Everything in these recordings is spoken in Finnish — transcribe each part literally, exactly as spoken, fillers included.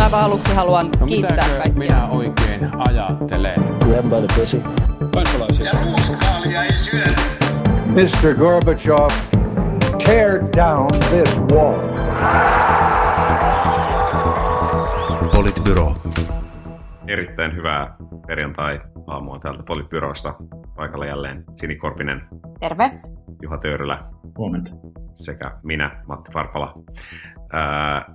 aivan aluksi haluan no, kiittää kaikkia. minä oikein ajattelen? Grab by the pussy. Kansalaisia. Ja ruuskaalia ei syödä. mister Gorbachev, tear down this wall. Politbyro. Erittäin hyvää perjantai-aamua täältä Politbyrosta. Paikalla jälleen Sini Korpinen. Terve. Juha Töyrylä. Huomenta. Sekä minä, Matti Parpala. Ää...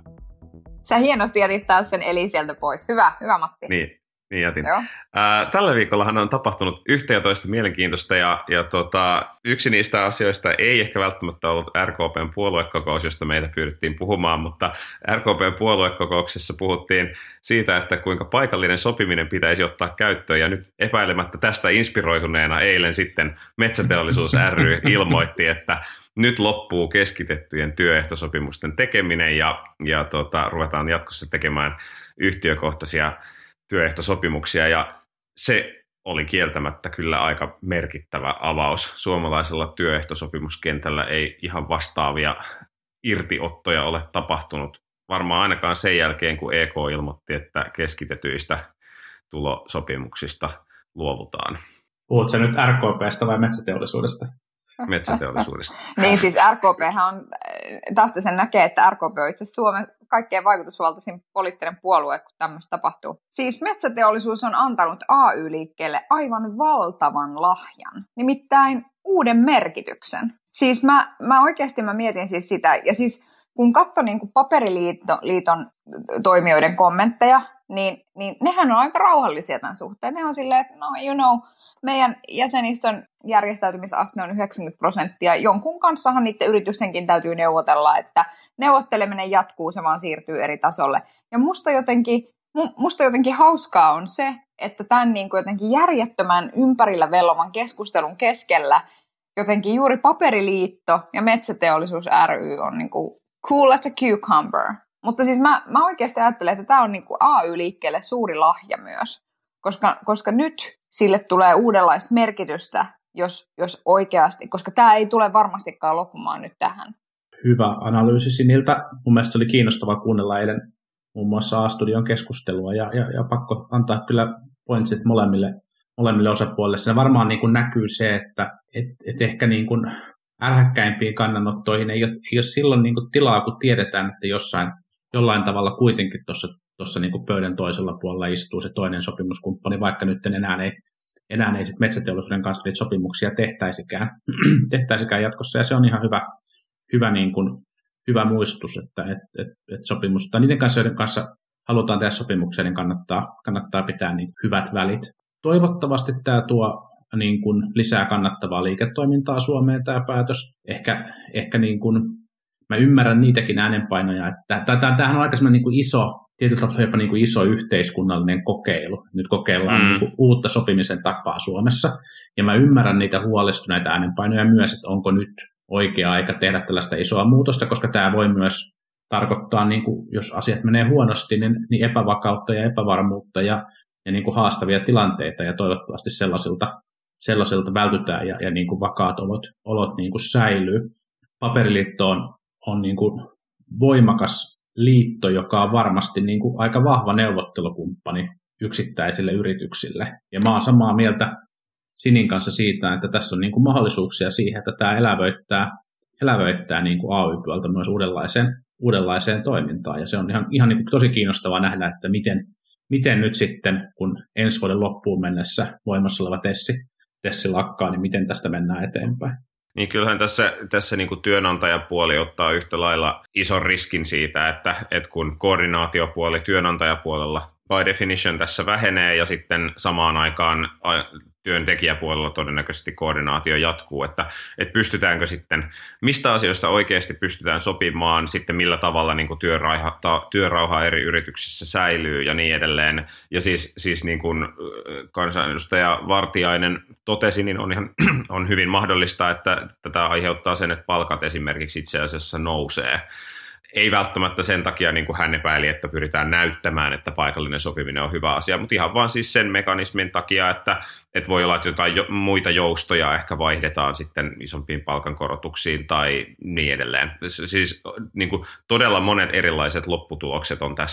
Sä hienosti jätit taas sen eli sieltä pois. Hyvä, hyvä Matti. Niin, niin jätin. Joo. Ää, tällä viikollahan on tapahtunut yhtä ja toista mielenkiintoista, ja, ja tota, yksi niistä asioista ei ehkä välttämättä ollut R K P:n puoluekokous, josta meitä pyydettiin puhumaan, mutta R K P:n puoluekokouksessa puhuttiin siitä, että kuinka paikallinen sopiminen pitäisi ottaa käyttöön, ja nyt epäilemättä tästä inspiroituneena eilen sitten Metsäteollisuus ry ilmoitti, että nyt loppuu keskitettyjen työehtosopimusten tekeminen, ja, ja tota, ruvetaan jatkossa tekemään yhtiökohtaisia työehtosopimuksia, ja se oli kieltämättä kyllä aika merkittävä avaus. Suomalaisella työehtosopimuskentällä ei ihan vastaavia irtiottoja ole tapahtunut. Varmaan ainakaan sen jälkeen, kun E K ilmoitti, että keskitetyistä tulosopimuksista luovutaan. Puhutko sä nyt R K P:stä vai Metsäteollisuudesta? Metsäteollisuudesta. Niin siis R K P:hän on, tästä sen näkee, että R K P on itse asiassa Suomen kaikkein vaikutusvaltaisin poliittinen puolue, kun tämmöistä tapahtuu. Siis Metsäteollisuus on antanut A Y-liikkeelle aivan valtavan lahjan, nimittäin uuden merkityksen. Siis mä, mä oikeasti mä mietin siis sitä, ja siis kun katson niin kuin Paperiliiton liiton toimijoiden kommentteja, niin, niin nehän on aika rauhallisia tämän suhteen. Ne on silleen, että no you know, meidän jäsenistön järjestäytymisaste on yhdeksänkymmentä prosenttia. Jonkun kanssahan niiden yritystenkin täytyy neuvotella, että neuvotteleminen jatkuu, se vaan siirtyy eri tasolle. Ja musta jotenkin, musta jotenkin hauskaa on se, että tämän niin kuin jotenkin järjettömän ympärillä vellovan keskustelun keskellä jotenkin juuri Paperiliitto ja Metsäteollisuus ry on niin kuin cool as a cucumber. Mutta siis mä, mä oikeasti ajattelen, että tämä on niin kuin A Y-liikkeelle suuri lahja myös, koska, koska nyt sille tulee uudenlaista merkitystä, jos, jos oikeasti, koska tämä ei tule varmastikaan loppumaan nyt tähän. Hyvä analyysi Siniltä. Mun mielestä se oli kiinnostavaa kuunnella eilen muun muassa A-studion keskustelua, ja, ja, ja pakko antaa kyllä pointsit molemmille, molemmille osapuolille. Siinä varmaan niin kuin näkyy se, että et, et ehkä niin kuin ärhäkkäimpiin kannanottoihin ei ole, ei ole silloin niin kuin tilaa, kun tiedetään, että jossain, jollain tavalla kuitenkin tuossa tuossa niin kuin pöydän toisella puolella istuu se toinen sopimuskumppani, vaikka nyt enää ei, enää ei sit Metsäteollisuuden kanssa niitä sopimuksia tehtäisikään, tehtäisikään jatkossa, ja se on ihan hyvä, hyvä, niin kuin, hyvä muistus, että et, et, et sopimus, tai niiden kanssa, joiden kanssa halutaan tehdä sopimuksia, niin kannattaa, kannattaa pitää niin hyvät välit. Toivottavasti tämä tuo niin kuin lisää kannattavaa liiketoimintaa Suomeen tämä päätös. Ehkä, ehkä niin kuin, mä ymmärrän niitäkin äänenpainoja, että tämähän on aika semmoinen niin kuin iso, tietyllä tavalla jopa niin kuin iso yhteiskunnallinen kokeilu. Nyt kokeillaan mm. niin kuin uutta sopimisen tapaa Suomessa, ja mä ymmärrän niitä huolestuneita äänenpainoja myös, että onko nyt oikea aika tehdä tällaista isoa muutosta, koska tämä voi myös tarkoittaa, niin kuin, jos asiat menee huonosti, niin, niin epävakautta ja epävarmuutta ja, ja niin kuin haastavia tilanteita, ja toivottavasti sellaisilta, sellaisilta vältytään ja, ja niin kuin vakaat olot, olot niin kuin säilyy. Paperiliitto on, on niin kuin voimakas liitto, joka on varmasti niin kuin aika vahva neuvottelukumppani yksittäisille yrityksille. Ja mä oon samaa mieltä Sinin kanssa siitä, että tässä on niin kuin mahdollisuuksia siihen, että tämä elävöittää, elävöittää niin kuin A Y-puolta myös uudenlaiseen, uudenlaiseen toimintaan. Ja se on ihan, ihan niin kuin tosi kiinnostavaa nähdä, että miten, miten nyt sitten, kun ensi vuoden loppuun mennessä voimassa oleva tessi, tessi lakkaa, niin miten tästä mennään eteenpäin. Niin kyllähän tässä, tässä niin kuin työnantajapuoli ottaa yhtä lailla ison riskin siitä, että, että kun koordinaatiopuoli työnantajapuolella by definition tässä vähenee, ja sitten samaan aikaan työntekijäpuolella todennäköisesti koordinaatio jatkuu, että, että pystytäänkö sitten, mistä asioista oikeasti pystytään sopimaan, sitten millä tavalla niin kuin työrauha, työrauha eri yrityksissä säilyy ja niin edelleen. Ja siis, siis niin kuin kansanedustaja Vartiainen totesi, niin on, ihan, on hyvin mahdollista, että tätä aiheuttaa sen, että palkat esimerkiksi itse asiassa nousee. Ei välttämättä sen takia, niin kuin hän epäili, että pyritään näyttämään, että paikallinen sopiminen on hyvä asia, mutta ihan vaan siis sen mekanismin takia, että, että voi olla, että jotain jo, muita joustoja ehkä vaihdetaan sitten isompiin palkankorotuksiin tai niin edelleen. Siis niin kuin todella monet erilaiset lopputulokset on tässä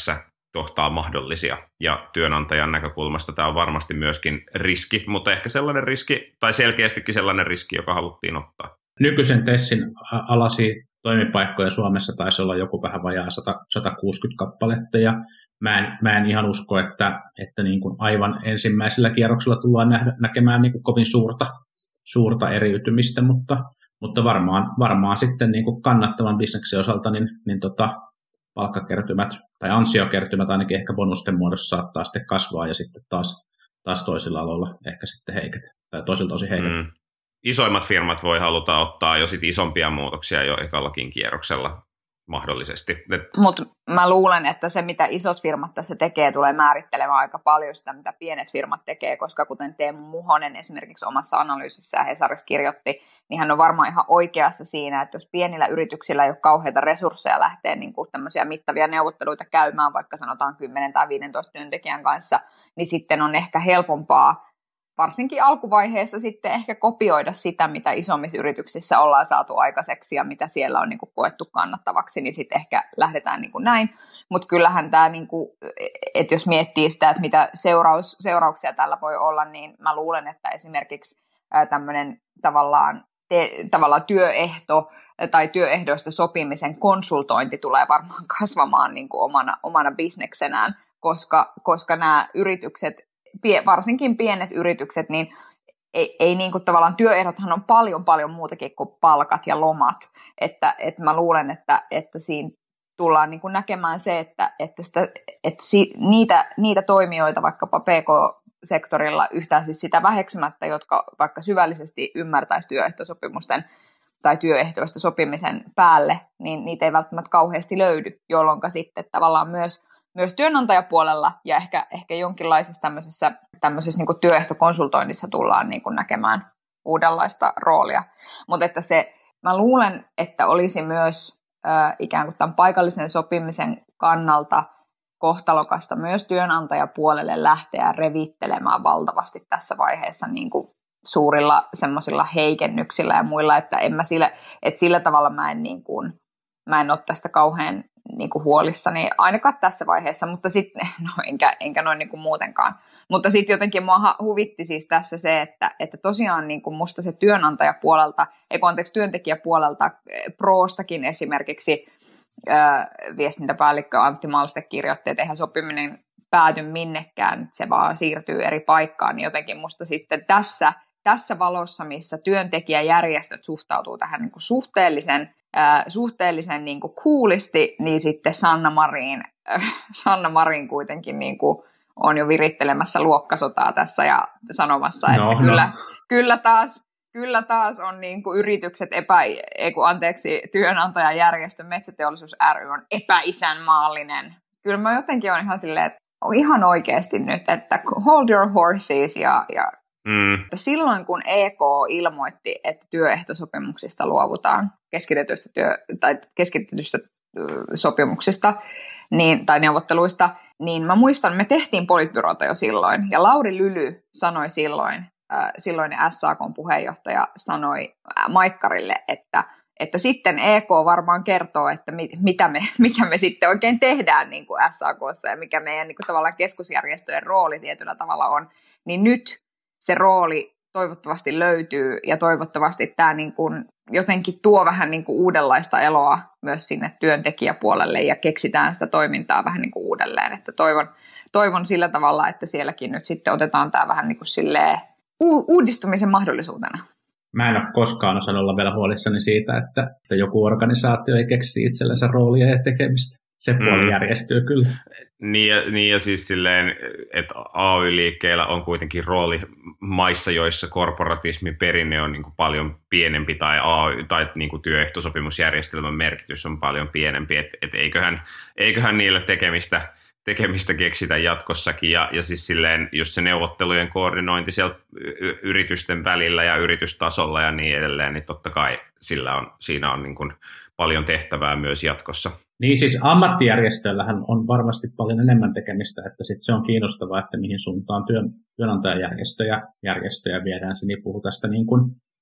tohtaa mahdollisia. Ja työnantajan näkökulmasta tämä on varmasti myöskin riski, mutta ehkä sellainen riski, tai selkeästikin sellainen riski, joka haluttiin ottaa. Nykyisen Tessin alasi toimipaikkoja Suomessa taisi olla joku vähän vajaa sata, sata kuusikymmentä kappaletta, ja mä en, mä en ihan usko, että, että niin kuin aivan ensimmäisellä kierroksella tullaan nähdä, näkemään niin kuin kovin suurta, suurta eriytymistä, mutta, mutta varmaan, varmaan sitten niin kuin kannattavan bisneksen osalta niin, niin tota, palkkakertymät tai ansiokertymät ainakin ehkä bonusten muodossa saattaa sitten kasvaa, ja sitten taas, taas toisilla aloilla ehkä sitten heiketä, tai toisilta osin heiketä. Mm. Isoimmat firmat voi haluta ottaa jo sit isompia muutoksia jo ekallakin kierroksella mahdollisesti. Mutta mä luulen, että se mitä isot firmat tässä tekee tulee määrittelemään aika paljon sitä, mitä pienet firmat tekee, koska kuten Teemu Muhonen esimerkiksi omassa analyysissä Hesarissa kirjoitti, niin hän on varmaan ihan oikeassa siinä, että jos pienillä yrityksillä ei ole kauheita resursseja lähteä niin kuin tämmöisiä mittavia neuvotteluita käymään, vaikka sanotaan kymmenen tai viisitoista työntekijän kanssa, niin sitten on ehkä helpompaa varsinkin alkuvaiheessa sitten ehkä kopioida sitä, mitä isommissa yrityksissä ollaan saatu aikaiseksi ja mitä siellä on niin kuin koettu kannattavaksi, niin sitten ehkä lähdetään niin kuin näin. Mutta kyllähän tämä, niin kuin, että jos miettii sitä, että mitä seuraus, seurauksia tällä voi olla, niin mä luulen, että esimerkiksi tämmöinen tavallaan, te, tavallaan työehto tai työehdoista sopimisen konsultointi tulee varmaan kasvamaan niin kuin omana, omana bisneksenään, koska, koska nämä yritykset, varsinkin pienet yritykset, niin ei, ei niin kuin tavallaan työehdothan on paljon paljon muutakin kuin palkat ja lomat, että, että mä luulen, että, että siinä tullaan niin kuin näkemään se, että, että, sitä, että si, niitä, niitä toimijoita vaikkapa P K-sektorilla yhtään siis sitä väheksymättä, jotka vaikka syvällisesti ymmärtäisi työehtosopimusten tai työehtoista sopimisen päälle, niin niitä ei välttämättä kauheasti löydy, jolloin sitten tavallaan myös Myös työnantajapuolella ja ehkä, ehkä jonkinlaisessa tämmöisessä, tämmöisessä niin kuin työehtokonsultoinnissa tullaan niin kuin näkemään uudenlaista roolia. Mutta että se, mä luulen, että olisi myös äh, ikään kuin tämän paikallisen sopimisen kannalta kohtalokasta myös työnantajapuolelle lähteä revittelemään valtavasti tässä vaiheessa niin kuin suurilla semmoisilla heikennyksillä ja muilla, että, en mä sillä, että sillä tavalla mä en, niin kuin, mä en ole tästä kauhean niin kuin huolissani ainakaan tässä vaiheessa, mutta sitten, no enkä, enkä noin niin kuin muutenkaan. Mutta sitten jotenkin mua huvitti siis tässä se, että, että tosiaan niin kuin musta se työnantajapuolelta, ei anteeksi työntekijäpuolelta, Proostakin esimerkiksi ää, viestintäpäällikkö Antti Malste kirjoitti, että eihän sopiminen pääty minnekään, se vaan siirtyy eri paikkaan, niin jotenkin musta sitten tässä, tässä valossa, missä työntekijäjärjestöt suhtautuu tähän niin kuin suhteellisen Äh, suhteellisen niin kuin coolisti, niin sitten Sanna Marin, äh, Sanna Marin kuitenkin niin kuin on jo virittelemässä luokkasotaa tässä ja sanomassa, että no, kyllä, no. kyllä, taas, kyllä taas on niin kuin yritykset, epä, ei kun, anteeksi, työnantajajärjestö Metsäteollisuus ry on epäisänmaallinen. Kyllä mä jotenkin on ihan silleen, että on ihan oikeasti nyt, että hold your horses ja, ja Mm. silloin kun E K ilmoitti, että työehtosopimuksista luovutaan, keskitetystä, työ, tai keskitetystä sopimuksista niin, tai neuvotteluista, niin mä muistan, me tehtiin politbyroota jo silloin, ja Lauri Lyly sanoi silloin, äh, silloinen S A K:n puheenjohtaja sanoi äh, Maikkarille, että, että sitten E K varmaan kertoo, että mit, mitä, me, mitä me sitten oikein tehdään niin kuin S A K:ssa ja mikä meidän niin kuin tavallaan keskusjärjestöjen rooli tietyllä tavalla on, niin nyt se rooli toivottavasti löytyy ja toivottavasti tämä niin kuin jotenkin tuo vähän niin kuin uudenlaista eloa myös sinne työntekijäpuolelle ja keksitään sitä toimintaa vähän niin kuin uudelleen. Että toivon, toivon sillä tavalla, että sielläkin nyt sitten otetaan tämä vähän niin kuin silleen u- uudistumisen mahdollisuutena. Mä en ole koskaan osannut olla vielä huolissani siitä, että, että joku organisaatio ei keksi itsellensä roolia ja tekemistä. Se puoli mm. järjestyy kyllä. Niin ja, niin ja siis silleen, että A Y-liikkeellä on kuitenkin rooli maissa, joissa korporatismin perinne on niin kuin paljon pienempi tai, A Y, tai niin kuin työehtosopimusjärjestelmän merkitys on paljon pienempi. Että et eiköhän, eiköhän niillä tekemistä, tekemistä keksitä jatkossakin. Ja, ja siis silleen just se neuvottelujen koordinointi siellä yritysten välillä ja yritystasolla ja niin edelleen, niin totta kai sillä on, siinä on niin kuin paljon tehtävää myös jatkossa. Niin siis ammattijärjestöillähän on varmasti paljon enemmän tekemistä, että sit se on kiinnostavaa, että mihin suuntaan työn, työnantajajärjestöjä järjestöjä viedään se nipuu tästä niin kuin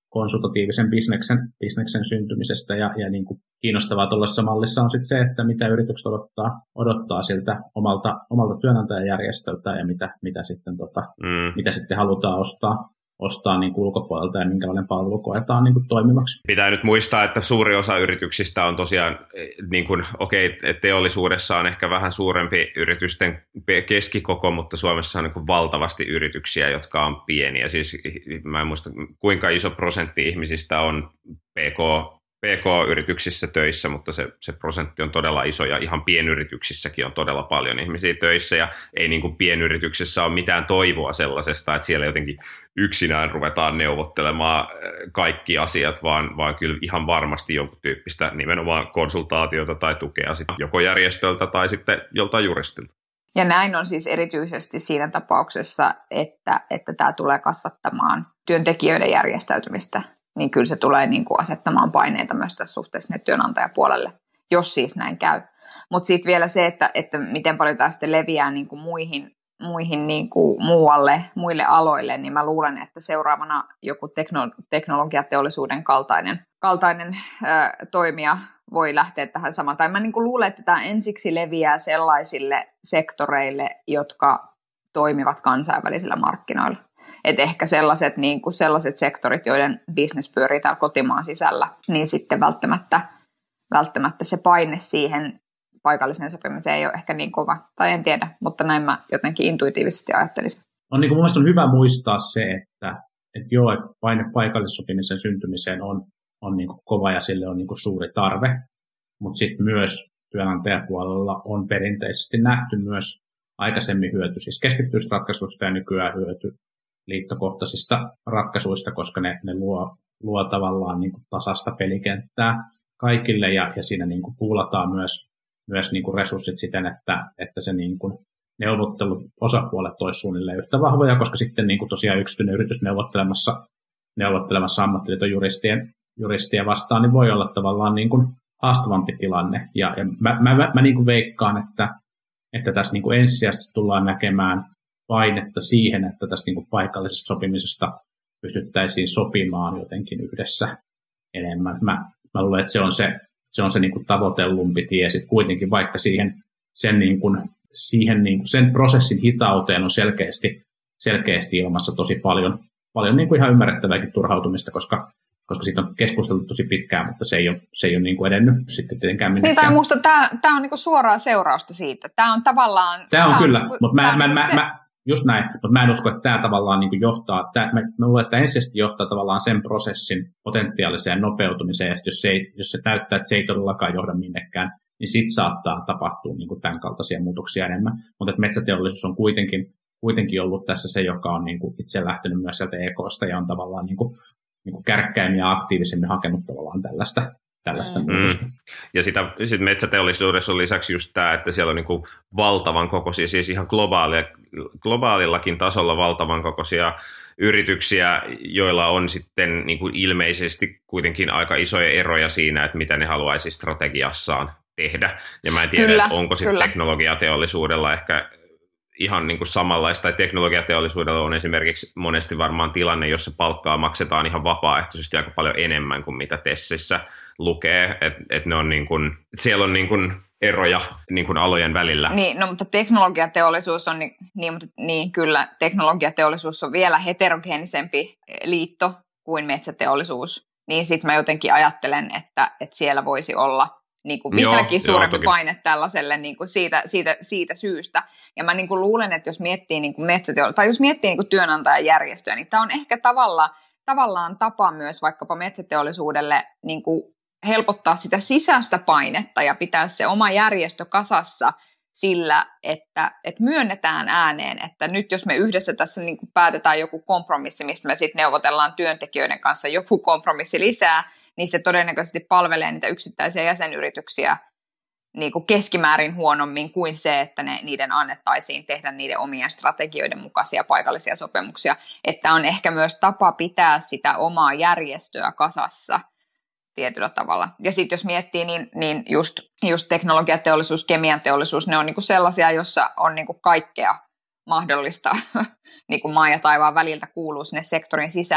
konsultatiivisen bisneksen, bisneksen syntymisestä ja, ja niin kuin kiinnostavaa tuollaisessa mallissa on sitten se, että mitä yritykset odottaa, odottaa siltä omalta, omalta työnantajajärjestöltä ja mitä, mitä, sitten, tota, mm. mitä sitten halutaan ostaa. ostaa niin kuin ulkopuolelta ja minkälainen palvelu koetaan niin kuin toimivaksi. Pitää nyt muistaa, että suuri osa yrityksistä on tosiaan, niin kuin, okei, teollisuudessa on ehkä vähän suurempi yritysten keskikoko, mutta Suomessa on niin kuin valtavasti yrityksiä, jotka on pieniä. Siis mä en muista, kuinka iso prosentti ihmisistä on P K P K-yrityksissä töissä, mutta se, se prosentti on todella iso ja ihan pienyrityksissäkin on todella paljon ihmisiä töissä ja ei niin kuin pienyrityksessä ole mitään toivoa sellaisesta, että siellä jotenkin yksinään ruvetaan neuvottelemaan kaikki asiat, vaan, vaan kyllä ihan varmasti jonkun tyyppistä nimenomaan konsultaatiota tai tukea sit joko järjestöltä tai sitten joltain juristilta. Ja näin on siis erityisesti siinä tapauksessa, että, että tämä tulee kasvattamaan työntekijöiden järjestäytymistä. Niin kyllä se tulee niin kuin asettamaan paineita myös tässä suhteessa ne työnantajapuolelle, jos siis näin käy. Mutta sitten vielä se, että, että miten paljon tämä sitten leviää niin kuin muihin, muihin niin kuin muualle, muille aloille, niin mä luulen, että seuraavana joku tekno, teknologiateollisuuden kaltainen, kaltainen ö, toimija voi lähteä tähän samaan. Tai mä niin kuin luulen, että tämä ensiksi leviää sellaisille sektoreille, jotka toimivat kansainvälisillä markkinoilla. Että ehkä sellaiset, niin kuin sellaiset sektorit, joiden business pyörii täällä kotimaan sisällä, niin sitten välttämättä, välttämättä se paine siihen paikalliseen sopimiseen ei ole ehkä niin kova. Tai en tiedä, mutta näin mä jotenkin intuitiivisesti ajattelisin. On niin kuin mun mielestä on hyvä muistaa se, että, että joo, että paine paikallissopimisen syntymiseen on, on niin kuin kova ja sille on niin kuin suuri tarve, mutta sitten myös työnantajapuolella on perinteisesti nähty myös aikaisemmin hyöty, siis keskittyistä ratkaisuista ja nykyään hyöty liittokohtaisista ratkaisuista, koska ne, ne luo, luo tavallaan niin kuin tasasta pelikenttää kaikille ja, ja siinä niin kuin puulataan myös, myös niin kuin resurssit siten, että, että se niin kuin neuvottelut osapuolet olisi suunnilleen yhtä vahvoja, koska sitten niin kuin tosiaan yksityinen yritys neuvottelemassa, neuvottelemassa ammattiliiton juristien, juristien vastaan, niin voi olla tavallaan niin kuin haastavampi tilanne. Ja, ja mä, mä, mä, mä niin kuin veikkaan, että, että tässä niin kuin ensisijaisesti tullaan näkemään painetta siihen, että tästä niin kuin paikallisesta sopimisesta pystyttäisiin sopimaan jotenkin yhdessä enemmän. Mä, mä luulen, että se on se, se, on se niin kuin tavoitellumpi tie sitten kuitenkin, vaikka siihen, sen, niin kuin, siihen niin kuin, sen prosessin hitauteen on selkeästi, selkeästi ilmassa tosi paljon, paljon niin kuin ihan ymmärrettävääkin turhautumista, koska, koska siitä on keskusteltu tosi pitkään, mutta se ei ole, se ei ole niin kuin edennyt sitten tietenkään minnekään. Niin, tai musta tämä, tämä on niin kuin suoraa seurausta siitä. Tämä on tavallaan... Tämä on tämä kyllä, on, mutta mä, mä, niin mä, se... mä, just näin, mutta mä en usko, että tämä tavallaan niin kuin johtaa, tämä, mä, mä luulen, että ensisijaisesti johtaa tavallaan sen prosessin potentiaaliseen nopeutumiseen, ja jos se, ei, jos se näyttää, että se ei todellakaan johda minnekään, niin sitten saattaa tapahtua niin kuin tämän kaltaisia muutoksia enemmän. Mutta että metsäteollisuus on kuitenkin, kuitenkin ollut tässä se, joka on niin kuin itse lähtenyt myös sieltä E K:sta ja on tavallaan niin kuin, niin kuin kärkkäimmin ja aktiivisemmin hakenut tavallaan tällaista. tällaista mm. Ja sitä, sit metsäteollisuudessa on lisäksi just tämä, että siellä on niinku valtavan kokoisia, siis ihan globaalia, globaalillakin tasolla valtavan kokoisia yrityksiä, joilla on sitten niinku ilmeisesti kuitenkin aika isoja eroja siinä, että mitä ne haluaisi strategiassaan tehdä. Ja mä en tiedä, kyllä, onko sitten teknologiateollisuudella ehkä ihan niin kuin samanlaista, tai teknologiateollisuudella on esimerkiksi monesti varmaan tilanne, jossa palkkaa maksetaan ihan vapaaehtoisesti aika paljon enemmän kuin mitä Tessissä lukee, että et ne on niin kuin, siellä on niin kuin eroja niin kuin alojen välillä. Niin, no mutta teknologiateollisuus on, niin, niin, mutta, niin kyllä, teknologiateollisuus on vielä heterogeenisempi liitto kuin metsäteollisuus, niin sitten mä jotenkin ajattelen, että, että siellä voisi olla niin kuin vieläkin joo, suurempi joo, paine tällaiselle niin kuin siitä, siitä, siitä syystä. Ja mä niin kuin luulen, että jos miettii niin kuin metsäteollisuutta, tai jos miettii niin kuin työnantajajärjestöjä, niin tämä on ehkä tavalla, tavallaan tapa myös vaikkapa metsäteollisuudelle niin kuin helpottaa sitä sisäistä painetta ja pitää se oma järjestö kasassa sillä, että, että myönnetään ääneen, että nyt jos me yhdessä tässä niin kuin päätetään joku kompromissi, mistä me sitten neuvotellaan työntekijöiden kanssa joku kompromissi lisää, niin se todennäköisesti palvelee niitä yksittäisiä jäsenyrityksiä niin kuin keskimäärin huonommin kuin se, että ne, niiden annettaisiin tehdä niiden omien strategioiden mukaisia paikallisia sopimuksia. Että on ehkä myös tapa pitää sitä omaa järjestöä kasassa tietyllä tavalla. Ja sitten jos miettii, niin, niin just, just teknologiateollisuus, kemian teollisuus, ne on niin kuin sellaisia, jossa on niin kuin kaikkea mahdollista niin kuin maan ja taivaan väliltä kuuluu sinne sektorin sisälle.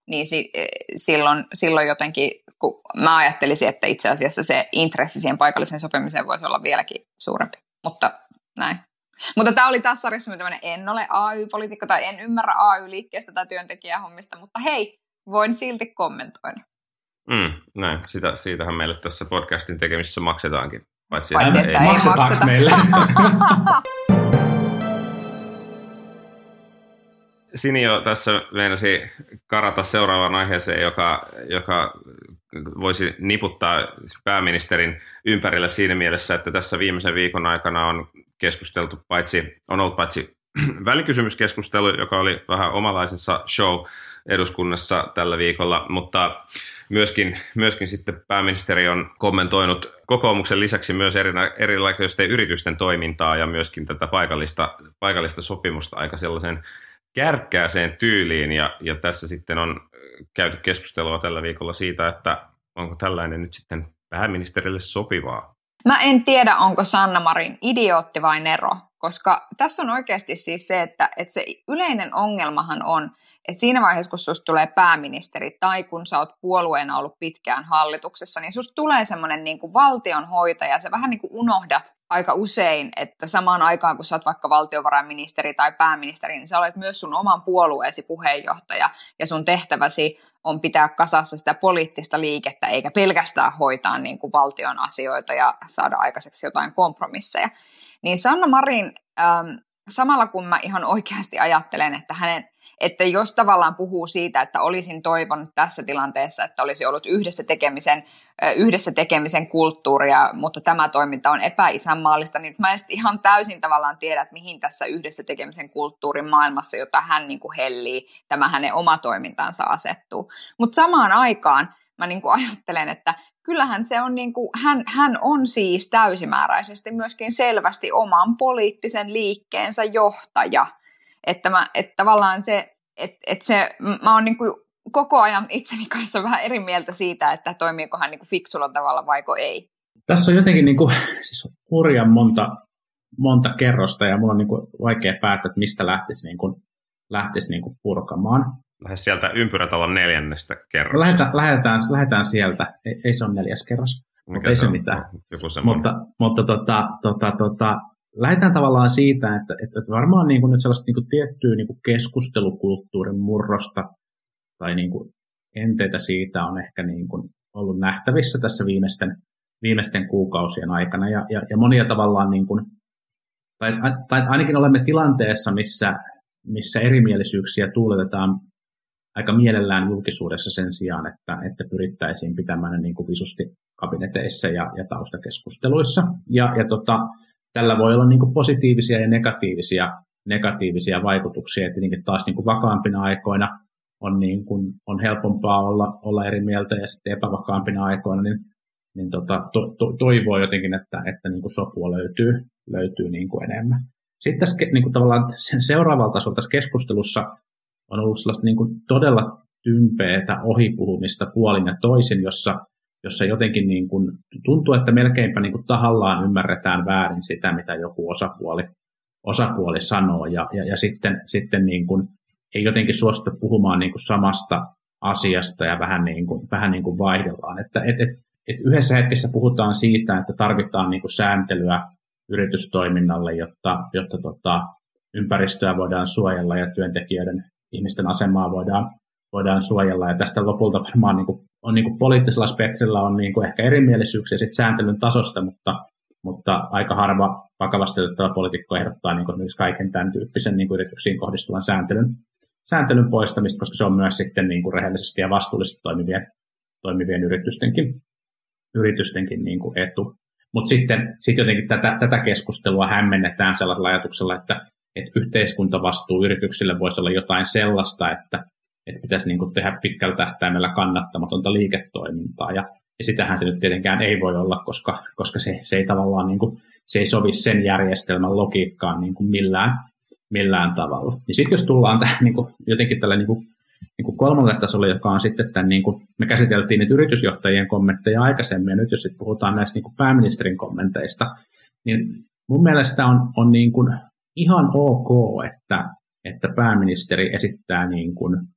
niin si, silloin, silloin jotenkin, kun mä ajattelisin, että itse asiassa se intressi siihen paikalliseen sopimiseen voisi olla vieläkin suurempi, mutta näin. Mutta tämä oli taas sarjassa tämmöinen en ole A Y-poliitikko tai en ymmärrä A Y-liikkeestä tai työntekijähommista, mutta hei, voin silti kommentoida. Mm, näin, Sitä, siitähän meille tässä podcastin tekemisessä maksetaankin. Paitsi, Paitsi että, että ei, ei makseta. Meille? Sini jo tässä meinasi karata seuraavaan aiheeseen, joka, joka voisi niputtaa pääministerin ympärillä siinä mielessä, että tässä viimeisen viikon aikana on keskusteltu paitsi, on ollut paitsi välikysymyskeskustelu, joka oli vähän omalaisensa show eduskunnassa tällä viikolla, mutta myöskin, myöskin sitten pääministeri on kommentoinut kokoomuksen lisäksi myös erilaisten yritysten toimintaa ja myöskin tätä paikallista, paikallista sopimusta aika sellaisen kärkkääseen tyyliin, ja, ja tässä sitten on käyty keskustelua tällä viikolla siitä, että onko tällainen nyt sitten pääministerille sopivaa. Mä en tiedä, onko Sanna Marin idiootti vai nero, koska tässä on oikeasti siis se, että, että se yleinen ongelmahan on, että siinä vaiheessa, kun susta tulee pääministeri tai kun sä oot puolueena ollut pitkään hallituksessa, niin susta tulee semmoinen niin kuin valtionhoitaja. Sä vähän niin kuin unohdat aika usein, että samaan aikaan, kun sä oot vaikka valtiovarainministeri tai pääministeri, niin sä olet myös sun oman puolueesi puheenjohtaja ja sun tehtäväsi on pitää kasassa sitä poliittista liikettä, eikä pelkästään hoitaa niin kuin valtion asioita ja saada aikaiseksi jotain kompromisseja. Niin Sanna Marin, ähm, samalla kun mä ihan oikeasti ajattelen, että hänen että jos tavallaan puhuu siitä, että olisin toivonut tässä tilanteessa, että olisi ollut yhdessä tekemisen, yhdessä tekemisen kulttuuria, mutta tämä toiminta on epäisänmaallista, niin mä en ihan täysin tavallaan tiedä, että mihin tässä yhdessä tekemisen kulttuurin maailmassa, jota hän niin kuin hellii, tämä hänen oma toimintansa asettuu. Mutta samaan aikaan mä niin kuin ajattelen, että kyllähän se on niin kuin, hän, hän on siis täysimääräisesti myöskin selvästi oman poliittisen liikkeensä johtaja. Että, mä, että tavallaan se, että, että se, mä oon niin kuin koko ajan itseni kanssa vähän eri mieltä siitä, että toimiiko hän niin kuin fiksulla tavalla vaiko ei. Tässä on jotenkin niin kuin, siis hurjan monta, monta kerrosta ja mulla on niin kuin vaikea päättää, että mistä lähtisi, niin kuin, lähtisi niin kuin purkamaan. Lähes sieltä ympyrätalon neljännestä kerroksesta. Lähdetään, lähdetään, lähdetään sieltä. Ei, ei se ole neljäs kerros, mutta ei se, se mitään. Mutta, mutta tota, tota, tota, lähdetään tavallaan siitä, että, että varmaan niin kuin nyt sellaista niin kuin tiettyä niin kuin keskustelukulttuurin murrosta tai niin kuin enteitä siitä on ehkä niin kuin ollut nähtävissä tässä viimeisten, viimeisten kuukausien aikana. Ja, ja, ja monia tavallaan, niin kuin, tai, tai ainakin olemme tilanteessa, missä, missä erimielisyyksiä tuuletetaan aika mielellään julkisuudessa sen sijaan, että, että pyrittäisiin pitämään ne niin kuin visusti kabineteissa ja, ja taustakeskusteluissa. Ja, ja tota, tällä voi olla niin kuin positiivisia ja negatiivisia, negatiivisia vaikutuksia. Ja tietenkin taas niin kuin vakaampina aikoina on, niin kuin, on helpompaa olla, olla eri mieltä ja sitten epävakaampina aikoina niin, niin tota, to, to, toivoo jotenkin, että, että niin kuin sopua löytyy, löytyy niin kuin enemmän. Sitten tässä niin kuin tavallaan sen seuraavalla tasolla tässä keskustelussa on ollut sellaista niin kuin todella tympeätä ohipuhumista puolin ja toisin, jossa, jossa jotenkin niin kuin tuntuu, että melkeinpä niin kuin tahallaan ymmärretään väärin sitä, mitä joku osapuoli, osapuoli sanoo, ja, ja, ja sitten, sitten niin kuin ei jotenkin suostu puhumaan niin kuin samasta asiasta ja vähän niin kuin, vähän niin kuin vaihdellaan. Että, et, et, et yhdessä hetkessä puhutaan siitä, että tarvitaan niin kuin sääntelyä yritystoiminnalle, jotta, jotta tota, ympäristöä voidaan suojella ja työntekijöiden ihmisten asemaa voidaan, voidaan suojella. Ja tästä lopulta varmaan niin kuin, on niin kuin poliittisella spektrillä on niin kuin ehkä erimielisyyksiä sit sääntelyn tasosta, mutta, mutta aika harva vakavasti otettava poliitikko ehdottaa niin kuin kaiken tämän tyyppisen niin kuin yrityksiin kohdistuvan sääntelyn, sääntelyn poistamista, koska se on myös sitten niin kuin rehellisesti ja vastuullisesti toimivien, toimivien yritystenkin, yritystenkin niin kuin etu. Mutta sitten sit jotenkin tätä, tätä keskustelua hämmennetään sellaisella ajatuksella, että, että yhteiskuntavastuu yrityksille voisi olla jotain sellaista, että, että pitäisi niin kuin tehdä pitkällä tähtäimellä kannattamatonta liiketoimintaa. Ja, ja sitähän se nyt tietenkään ei voi olla, koska, koska se, se ei tavallaan niin kuin, se ei sovi sen järjestelmän logiikkaan niin kuin millään, millään tavalla. Ja sitten jos tullaan tähän niin kuin, jotenkin tällä niin kuin, niin kuin kolmalle tasolle, joka on sitten tämän, niin kuin, me käsiteltiin niitä yritysjohtajien kommentteja aikaisemmin, ja nyt jos sitten puhutaan näistä niin kuin pääministerin kommenteista, niin mun mielestä on, on niin kuin ihan ok, että, että pääministeri esittää niin kuin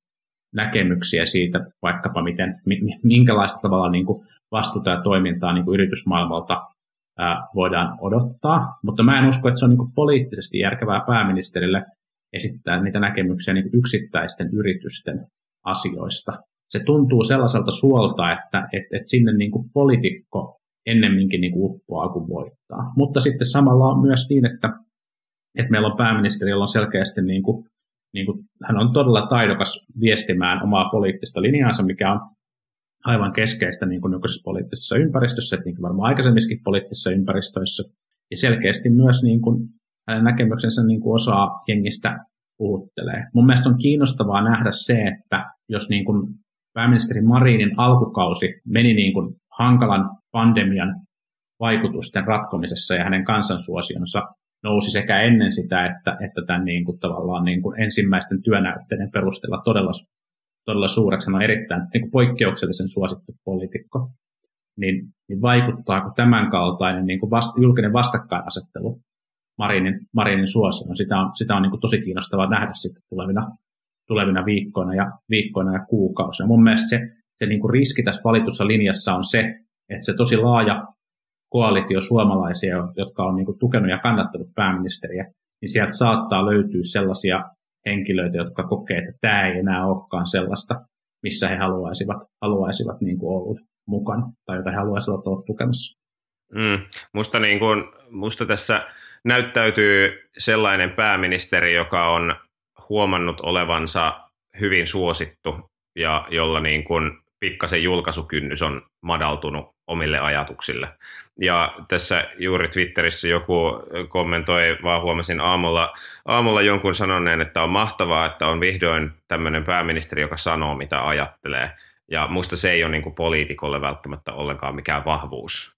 näkemyksiä siitä, vaikkapa miten, minkälaista tavalla niin kuin vastuuta ja toimintaa niin kuin yritysmaailmalta ää, voidaan odottaa. Mutta mä en usko, että se on niin kuin poliittisesti järkevää pääministerille esittää niitä näkemyksiä niin kuin yksittäisten yritysten asioista. Se tuntuu sellaiselta suolta, että et, et sinne niin kuin poliitikko ennemminkin niin kuin uppoaa kuin voittaa. Mutta sitten samalla on myös niin, että, että meillä on pääministeri, jolla on selkeästi, niin kuin, niin kuin, hän on todella taidokas viestimään omaa poliittista linjaansa, mikä on aivan keskeistä niin kuin nykyisessä poliittisessa ympäristössä, että niin kuin varmaan aikaisemmissakin poliittisissa ympäristöissä. Ja selkeästi myös niin kuin, hänen näkemyksensä niin kuin osaa jengistä puhuttelee. Mun mielestä on kiinnostavaa nähdä se, että jos niin kuin pääministeri Marinin alkukausi meni niin kuin hankalan pandemian vaikutusten ratkomisessa ja hänen kansansuosionsa nousi sekä ennen sitä, että, että tämän niin kuin tavallaan niin kuin ensimmäisten työnäytteiden perusteella todella, todella suureksi. Hän on erittäin niin kuin poikkeuksellisen suosittu poliitikko. Niin, niin vaikuttaako tämän kaltainen niin kuin vasta, julkinen vastakkainasettelu Marinin, Marinin suosioon? Sitä on, sitä on niin kuin tosi kiinnostavaa nähdä sitten tulevina, tulevina viikkoina, ja, viikkoina ja kuukausina. Mun mielestä se, se niin kuin riski tässä valitussa linjassa on se, että se tosi laaja koalitio suomalaisia, jotka on niin kuin tukenut ja kannattanut pääministeriä, niin sieltä saattaa löytyä sellaisia henkilöitä, jotka kokee, että tämä ei enää olekaan sellaista, missä he haluaisivat, haluaisivat niin kuin olla mukana tai jota he haluaisivat olla tukemassa. Mm, musta, niin kuin, musta tässä näyttäytyy sellainen pääministeri, joka on huomannut olevansa hyvin suosittu ja jolla niin kuin pikkasen julkaisukynnys on madaltunut omille ajatuksille. Ja tässä juuri Twitterissä joku kommentoi, vaan huomasin aamulla, aamulla jonkun sanoneen, että on mahtavaa, että on vihdoin tämmöinen pääministeri, joka sanoo, mitä ajattelee. Ja musta se ei ole niin kuin poliitikolle välttämättä ollenkaan mikään vahvuus.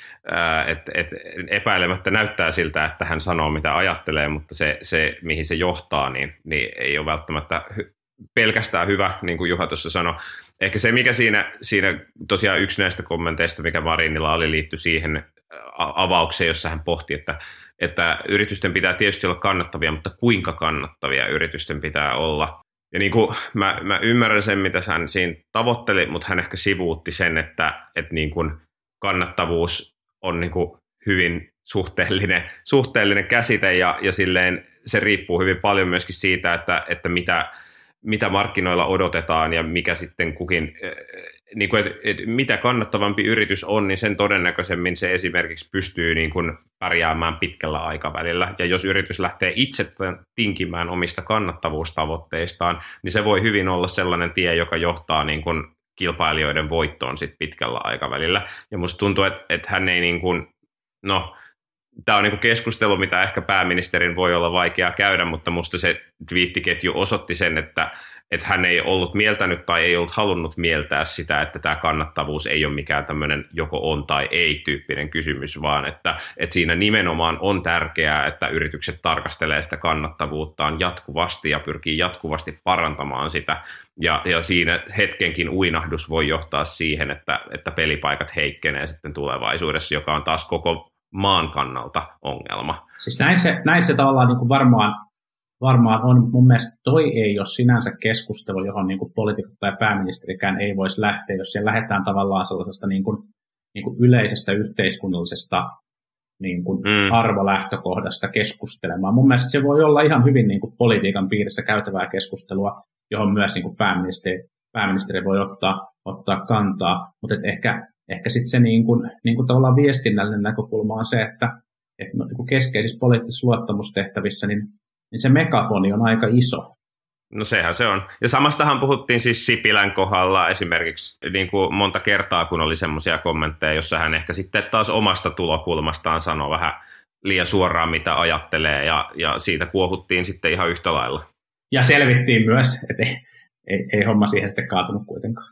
Ää, et, et epäilemättä näyttää siltä, että hän sanoo, mitä ajattelee, mutta se, se mihin se johtaa, niin, niin ei ole välttämättä hy- pelkästään hyvä, niin kuin Juha tuossa sanoi. Ehkä se, mikä siinä, siinä tosiaan yksi näistä kommenteista, mikä Marinilla oli, liittyi siihen avaukseen, jossa hän pohti, että, että yritysten pitää tietysti olla kannattavia, mutta kuinka kannattavia yritysten pitää olla. Ja niin kuin mä, mä ymmärrän sen, mitä hän siinä tavoitteli, mutta hän ehkä sivuutti sen, että, että niin kuin kannattavuus on niin kuin hyvin suhteellinen, suhteellinen käsite ja, ja silleen se riippuu hyvin paljon myöskin siitä, että, että mitä, mitä markkinoilla odotetaan ja mikä sitten kukin, niin kuin, että, että mitä kannattavampi yritys on, niin sen todennäköisemmin se esimerkiksi pystyy niin kuin pärjäämään pitkällä aikavälillä. Ja jos yritys lähtee itse tinkimään omista kannattavuustavoitteistaan, niin se voi hyvin olla sellainen tie, joka johtaa niin kuin kilpailijoiden voittoon sit pitkällä aikavälillä. Ja musta tuntuu, että, että hän ei niin kuin, no, tämä on niin kuin keskustelu, mitä ehkä pääministerin voi olla vaikea käydä, mutta musta se twiittiketju osoitti sen, että, että hän ei ollut mieltänyt tai ei ollut halunnut mieltää sitä, että tämä kannattavuus ei ole mikään tämmöinen joko on tai ei tyyppinen kysymys, vaan että, että siinä nimenomaan on tärkeää, että yritykset tarkastelee sitä kannattavuuttaan jatkuvasti ja pyrkii jatkuvasti parantamaan sitä. Ja, ja siinä hetkenkin uinahdus voi johtaa siihen, että, että pelipaikat heikkenee sitten tulevaisuudessa, joka on taas koko maan kannalta ongelma. Siis näin se, näin se tavallaan niin kuin varmaan, varmaan on. Mun mielestä toi ei ole sinänsä keskustelu, johon niin kuin poliitikot tai pääministerikään ei voisi lähteä, jos siellä lähdetään tavallaan sellaisesta niin kuin, niin kuin yleisestä yhteiskunnallisesta niin kuin mm. arvolähtökohdasta keskustelemaan. Mun mielestä se voi olla ihan hyvin niin kuin politiikan piirissä käytävää keskustelua, johon myös niin kuin pääministeri, pääministeri voi ottaa, ottaa kantaa, mutta ehkä Ehkä sitten se niin kuin, niin kuin tavallaan viestinnällinen näkökulma on se, että, että niin kuin keskeisissä poliittisissa luottamustehtävissä niin, niin se megafoni on aika iso. No sehän se on. Ja samastahan puhuttiin siis Sipilän kohdalla esimerkiksi niin kuin monta kertaa, kun oli semmoisia kommentteja, jossa hän ehkä sitten taas omasta tulokulmastaan sanoi vähän liian suoraan, mitä ajattelee, ja, ja siitä kuohuttiin sitten ihan yhtä lailla. Ja selvittiin myös, että ei, ei, ei homma siihen sitten kaatunut kuitenkaan.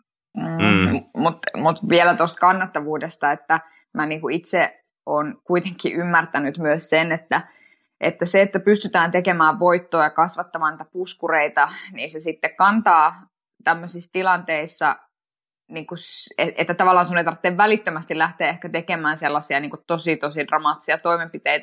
Mm. Mutta mut vielä tuosta kannattavuudesta, että mä niinku itse olen kuitenkin ymmärtänyt myös sen, että, että se, että pystytään tekemään voittoa ja kasvattamaan niitä puskureita, niin se sitten kantaa tämmöisissä tilanteissa, niinku, että tavallaan sun ei tarvitse välittömästi lähteä ehkä tekemään sellaisia niinku tosi tosi dramaattisia toimenpiteitä.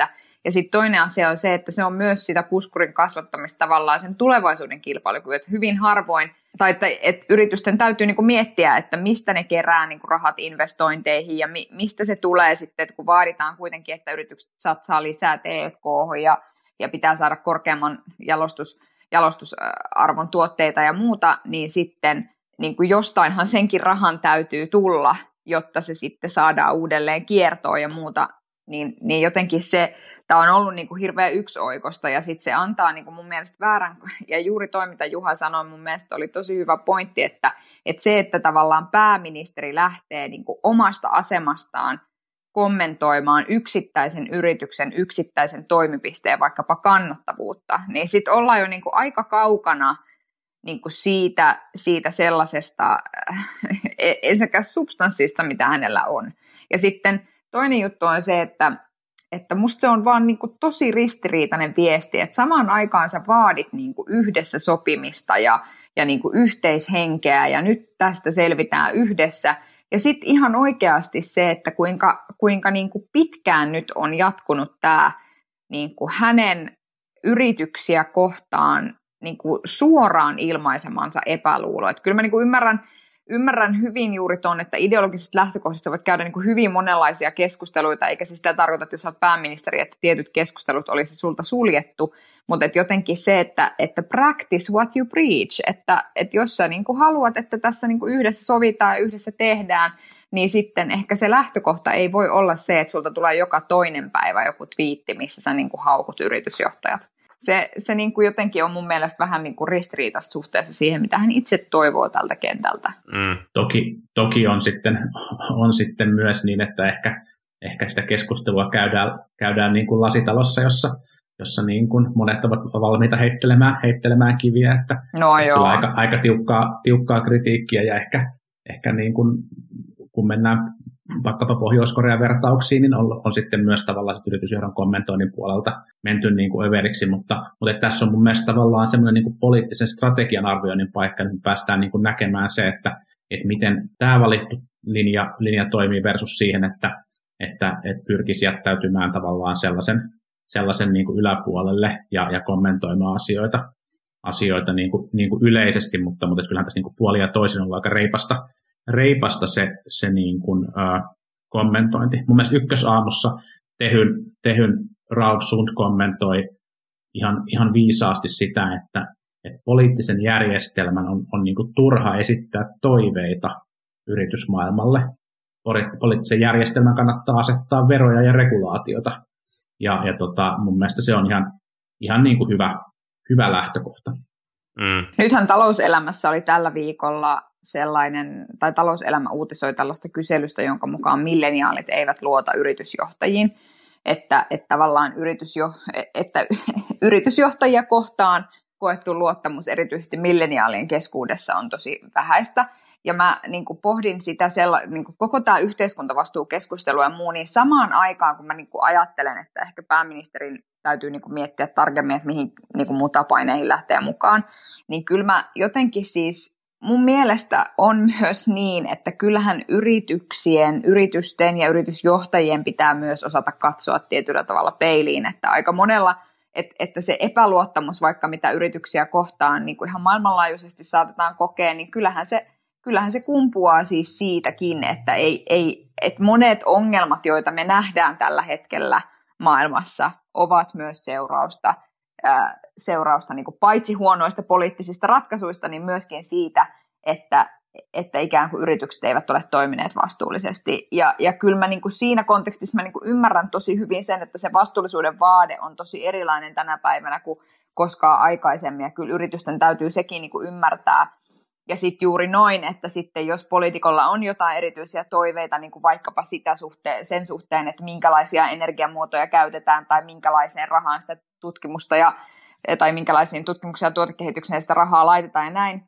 Ja sitten toinen asia on se, että se on myös sitä puskurin kasvattamista tavallaan sen tulevaisuuden kilpailukyvyn, että hyvin harvoin, tai että, että yritysten täytyy niinku miettiä, että mistä ne kerää niinku rahat investointeihin ja mi, mistä se tulee sitten, että kun vaaditaan kuitenkin, että yritykset satsaa lisää T and K ja, ja pitää saada korkeamman jalostus, jalostusarvon tuotteita ja muuta, niin sitten niin kuin jostainhan senkin rahan täytyy tulla, jotta se sitten saadaan uudelleen kiertoon ja muuta, niin, niin jotenkin se, tämä on ollut niin kuin hirveän yksioikosta ja sitten se antaa niin kuin mun mielestä väärän, ja juuri toi mitä Juha sanoi, mun mielestä oli tosi hyvä pointti, että, että se, että tavallaan pääministeri lähtee niin kuin omasta asemastaan kommentoimaan yksittäisen yrityksen, yksittäisen toimipisteen vaikkapa kannattavuutta, niin sitten ollaan jo niin kuin aika kaukana niin kuin siitä, siitä sellaisesta ensinnäkään substanssista, mitä hänellä on. Ja sitten toinen juttu on se, että, että musta se on vaan niin kuin tosi ristiriitainen viesti, että samaan aikaan sä vaadit niin kuin yhdessä sopimista ja, ja niin kuin yhteishenkeä ja nyt tästä selvitään yhdessä. Ja sitten ihan oikeasti se, että kuinka, kuinka niin kuin pitkään nyt on jatkunut tämä niin kuin hänen yrityksiä kohtaan niin kuin suoraan ilmaisemansa epäluulo. Että kyllä mä niin kuin ymmärrän, ymmärrän hyvin juuri tuon, että ideologisesta lähtökohdista voit käydä niin kuin hyvin monenlaisia keskusteluita, eikä se sitä tarkoita, että jos olet pääministeri, että tietyt keskustelut olisi sulta suljettu, mutta et jotenkin se, että, että practice what you preach, että, että jos sä niin kuin haluat, että tässä niin kuin yhdessä sovitaan ja yhdessä tehdään, niin sitten ehkä se lähtökohta ei voi olla se, että sulta tulee joka toinen päivä joku twiitti, missä sä niin kuin haukut yritysjohtajat. Se, se niin kuin jotenkin on mun mielestä vähän niin kuin ristiriitaista suhteessa siihen, mitä hän itse toivoo tältä kentältä. Mm. Toki, toki on, sitten, on sitten myös niin, että ehkä, ehkä sitä keskustelua käydään, käydään niin kuin lasitalossa, jossa, jossa niin kuin monet ovat valmiita heittelemään, heittelemään kiviä. Että no joo. Aika, aika tiukkaa, tiukkaa kritiikkiä ja ehkä, ehkä niin kuin, kun mennään vaikkapa Pohjois-Korean vertauksiin, niin on, on sitten myös tavallaan yritysjohdon kommentoinnin puolelta menty niin kuin överiksi, mutta, mutta tässä on mun mielestä tavallaan semmoinen niin kuin poliittisen strategian arvioinnin paikka, niin päästään niin kuin näkemään se, että, että miten tämä valittu linja, linja toimii versus siihen, että, että, että pyrkisi jättäytymään tavallaan sellaisen, sellaisen niin kuin yläpuolelle ja, ja kommentoimaan asioita, asioita niin kuin, niin kuin yleisesti, mutta, mutta kyllähän tässä niin kuin puoli ja toisin on aika reipasta, reipasta se, se niin kuin, ää, kommentointi. Mun mielestä Ykkösaamussa Tehyn, Tehyn Ralf Sund kommentoi ihan, ihan viisaasti sitä, että, että poliittisen järjestelmän on, on niin kuin turha esittää toiveita yritysmaailmalle. Poliittisen järjestelmän kannattaa asettaa veroja ja regulaatiota. Ja, ja tota, mun mielestä se on ihan, ihan niin kuin hyvä, hyvä lähtökohta. Mm. Nythän Talouselämässä oli tällä viikolla sellainen, tai Talouselämä uutisoi tällaista kyselystä, jonka mukaan milleniaalit eivät luota yritysjohtajiin, että, että tavallaan yritysjo, että yritysjohtajia kohtaan koettu luottamus erityisesti milleniaalien keskuudessa on tosi vähäistä. Ja mä niin kuin pohdin sitä, sella, niin kuin koko tämä yhteiskuntavastuukeskustelu ja muu, niin samaan aikaan, kun mä niin kuin ajattelen, että ehkä pääministerin täytyy niin kuin miettiä tarkemmin, että mihin niin kuin mutapaineihin lähtee mukaan, niin kyllä mä jotenkin siis, mun mielestä on myös niin, että kyllähän yrityksien, yritysten ja yritysjohtajien pitää myös osata katsoa tietyllä tavalla peiliin, että aika monella, että, että se epäluottamus, vaikka mitä yrityksiä kohtaan niin kuin ihan maailmanlaajuisesti saatetaan kokea, niin kyllähän se Kyllähän se kumpuaa siis siitäkin, että, ei, ei, että monet ongelmat, joita me nähdään tällä hetkellä maailmassa, ovat myös seurausta, ää, seurausta niin kuin paitsi huonoista poliittisista ratkaisuista, niin myöskin siitä, että, että ikään kuin yritykset eivät ole toimineet vastuullisesti. Ja, ja kyllä mä niin kuin siinä kontekstissa mä niin kuin ymmärrän tosi hyvin sen, että se vastuullisuuden vaade on tosi erilainen tänä päivänä kuin koskaan aikaisemmin, ja kyllä yritysten täytyy sekin niin kuin ymmärtää. Ja sitten juuri noin, että sitten jos poliitikolla on jotain erityisiä toiveita, niin kuin vaikkapa sitä suhteen, sen suhteen, että minkälaisia energiamuotoja käytetään tai minkälaiseen rahaan sitä tutkimusta ja, tai minkälaisiin tutkimuksiin ja tuotekehitykseen sitä rahaa laitetaan ja näin,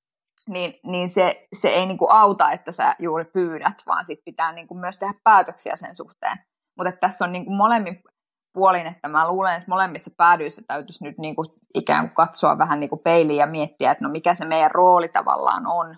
niin, niin se, se ei niin kuin auta, että sä juuri pyydät, vaan sitten pitää niin kuin myös tehdä päätöksiä sen suhteen. Mutta tässä on niin kuin molemmin puolin, että mä luulen, että molemmissa päädyissä täytyisi nyt niin kuin ikään kuin katsoa vähän niin kuin peiliin ja miettiä, että no mikä se meidän rooli tavallaan on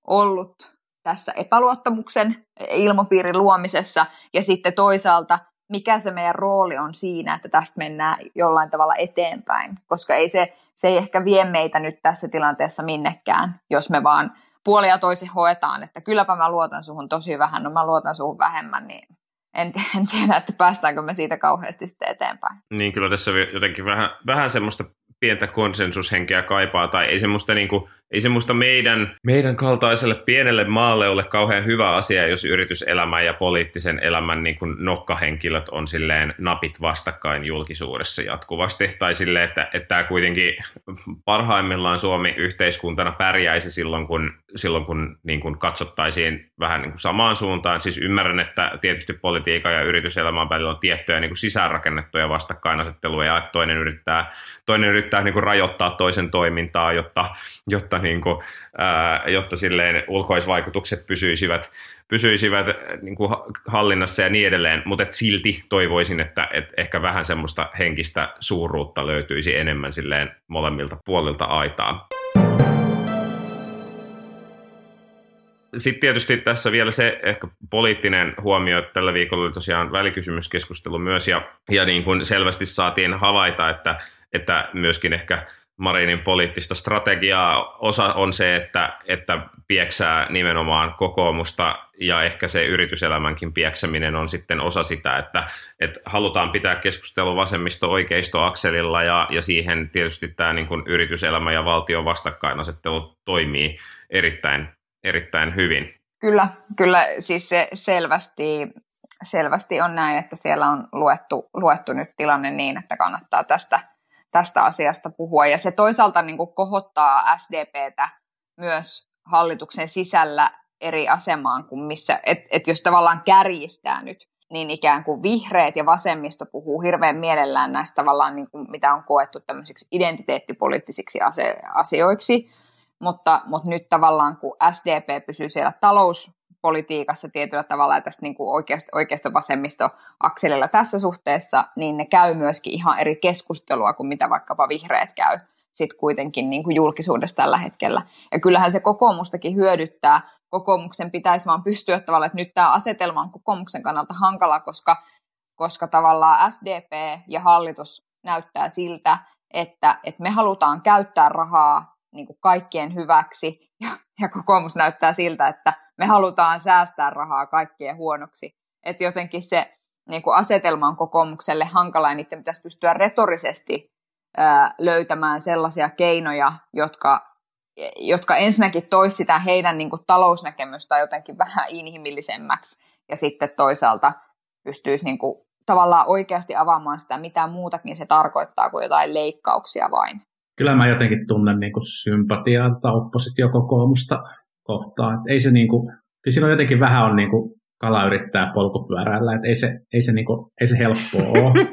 ollut tässä epäluottamuksen ilmapiirin luomisessa, ja sitten toisaalta mikä se meidän rooli on siinä, että tästä mennään jollain tavalla eteenpäin, koska ei se, se ei ehkä vie meitä nyt tässä tilanteessa minnekään, jos me vaan puoli ja toisin hoetaan, että kylläpä mä luotan suhun tosi vähän, no mä luotan suhun vähemmän, niin en, en tiedä, että päästäänkö me siitä kauheasti sitten eteenpäin. Niin kyllä tässä jotenkin vähän, vähän semmoista pientä konsensushenkeä kaipaa, tai ei semmoista, niin kuin, ei semmoista meidän, meidän kaltaiselle pienelle maalle ole kauhean hyvä asia, jos yrityselämän ja poliittisen elämän niin kuin nokkahenkilöt on silleen napit vastakkain julkisuudessa jatkuvasti, tai silleen, että, että tämä kuitenkin parhaimmillaan Suomi yhteiskuntana pärjäisi silloin, kun, silloin, kun niin kuin katsottaisiin vähän niin kuin samaan suuntaan. Siis ymmärrän, että tietysti politiikan ja yrityselämän välillä on tiettyjä niin kuin sisäänrakennettuja vastakkainasetteluja, että toinen yrittää, toinen yrittää niin kuin rajoittaa toisen toimintaa, jotta, jotta, niin kuin, ää, jotta silleen ulkoisvaikutukset pysyisivät, pysyisivät niin kuin hallinnassa ja niin edelleen, mutta et silti toivoisin, että et ehkä vähän semmoista henkistä suuruutta löytyisi enemmän silleen molemmilta puolilta aitaa. Sitten tietysti tässä vielä se ehkä poliittinen huomio, että tällä viikolla oli tosiaan välikysymyskeskustelu myös, ja, ja niin kuin selvästi saatiin havaita, että, että myöskin ehkä Marinin poliittista strategiaa osa on se, että, että pieksää nimenomaan kokoomusta, ja ehkä se yrityselämänkin pieksäminen on sitten osa sitä, että, että halutaan pitää keskustelua vasemmisto-oikeisto-akselilla, ja, ja siihen tietysti tämä niin kuin yrityselämä ja valtion vastakkainasettelu toimii erittäin erittäin hyvin. Kyllä, kyllä siis se selvästi, selvästi on näin, että siellä on luettu, luettu nyt tilanne niin, että kannattaa tästä, tästä asiasta puhua. Ja se toisaalta niin kuin kohottaa S D P:tä myös hallituksen sisällä eri asemaan, kuin missä, että et jos tavallaan kärjistää nyt, niin ikään kuin vihreät ja vasemmisto puhuu hirveän mielellään näistä tavallaan, niin kuin, mitä on koettu tämmöisiksi identiteettipoliittisiksi asioiksi. Mutta, mutta nyt tavallaan, kun S D P pysyy siellä talouspolitiikassa tietyllä tavalla ja tästä niin kuin oikeisto-vasemmisto-akselilla tässä suhteessa, niin ne käy myöskin ihan eri keskustelua kuin mitä vaikkapa vihreät käy sitten kuitenkin niin kuin julkisuudessa tällä hetkellä. Ja kyllähän se kokoomustakin hyödyttää. Kokoomuksen pitäisi vaan pystyä tavallaan, että nyt tämä asetelma on kokoomuksen kannalta hankala, koska, koska tavallaan S D P ja hallitus näyttää siltä, että, että me halutaan käyttää rahaa niin kuin kaikkien hyväksi, ja, ja kokoomus näyttää siltä, että me halutaan säästää rahaa kaikkien huonoksi. Että jotenkin se niin kuin asetelma on kokoomukselle hankala, ja niiden pitäisi pystyä retorisesti ää, löytämään sellaisia keinoja, jotka, jotka ensinnäkin toisi sitä heidän niin kuin talousnäkemystä jotenkin vähän inhimillisemmäksi, ja sitten toisaalta pystyisi niin kuin tavallaan oikeasti avaamaan sitä, mitä muutakin se tarkoittaa kuin jotain leikkauksia vain. Kyllä mä jotenkin tunnen niin kuin sympatiaa tätä oppositiokokoomusta kohtaan. Et ei se niin kuin, kyllä siinä on jotenkin vähän on niin kuin kala yrittää polkupyöräillä, että ei se, ei se, niin kuin, ei se helppoa ole.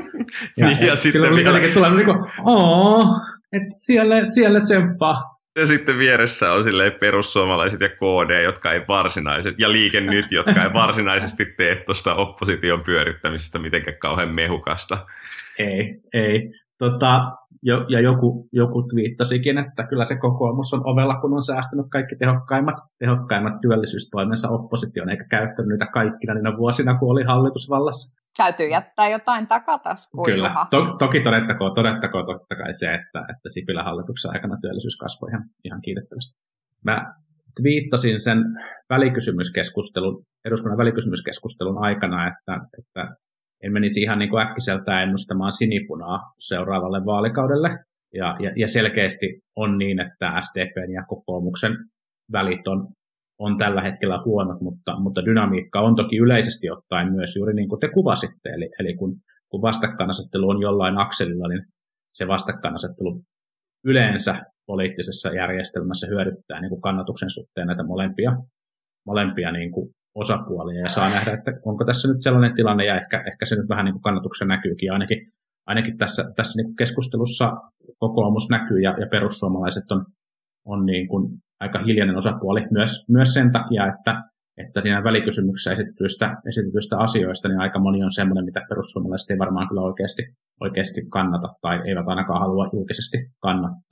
Ja, niin, ja sitten kyllä vielä jotenkin tulee niin kuin, ooo, että siellä, siellä tsemppaa. Ja sitten vieressä on silleen perussuomalaiset ja K D, jotka ei varsinaisesti, ja Liike Nyt, jotka ei varsinaisesti tee tuosta opposition pyörittämisestä mitenkään kauhean mehukasta. Ei, ei. Tota, jo, ja joku, joku twiittasikin, että kyllä se kokoomus on ovella, kun on säästänyt kaikki tehokkaimmat, tehokkaimmat työllisyystoimensa opposition, eikä käyttänyt niitä kaikkina niinä vuosina, kun oli hallitusvallassa. Täytyy jättää jotain takataskuun. Kyllä, to, toki todettakoon, todettakoon totta kai se, että, että Sipilän hallituksen aikana työllisyys kasvoi ihan, ihan kiitettävästi. Mä twiittasin sen välikysymyskeskustelun, eduskunnan välikysymyskeskustelun aikana, että, että en menisi ihan niin kuin äkkiseltään ennustamaan sinipunaa seuraavalle vaalikaudelle. Ja, ja, ja selkeästi on niin, että S D P:n ja kokoomuksen välit on, on tällä hetkellä huonot, mutta, mutta dynamiikka on toki yleisesti ottaen myös juuri niin kuin te kuvasitte. Eli, eli kun, kun vastakkainasettelu on jollain akselilla, niin se vastakkainasettelu yleensä poliittisessa järjestelmässä hyödyttää niin kuin kannatuksen suhteen näitä molempia, molempia niin kuin osapuolia, ja saa nähdä, että onko tässä nyt sellainen tilanne, ja ehkä, ehkä se nyt vähän niin kuin kannatuksessa näkyykin, ainakin, ainakin tässä, tässä niin kuin keskustelussa kokoomus näkyy, ja, ja perussuomalaiset on, on niin kuin aika hiljainen osapuoli, myös, myös sen takia, että, että siinä välikysymyksessä esitetyistä, esitetyistä asioista, niin aika moni on semmoinen, mitä perussuomalaiset ei varmaan kyllä oikeasti, oikeasti kannata, tai eivät ainakaan halua julkisesti kannattaa.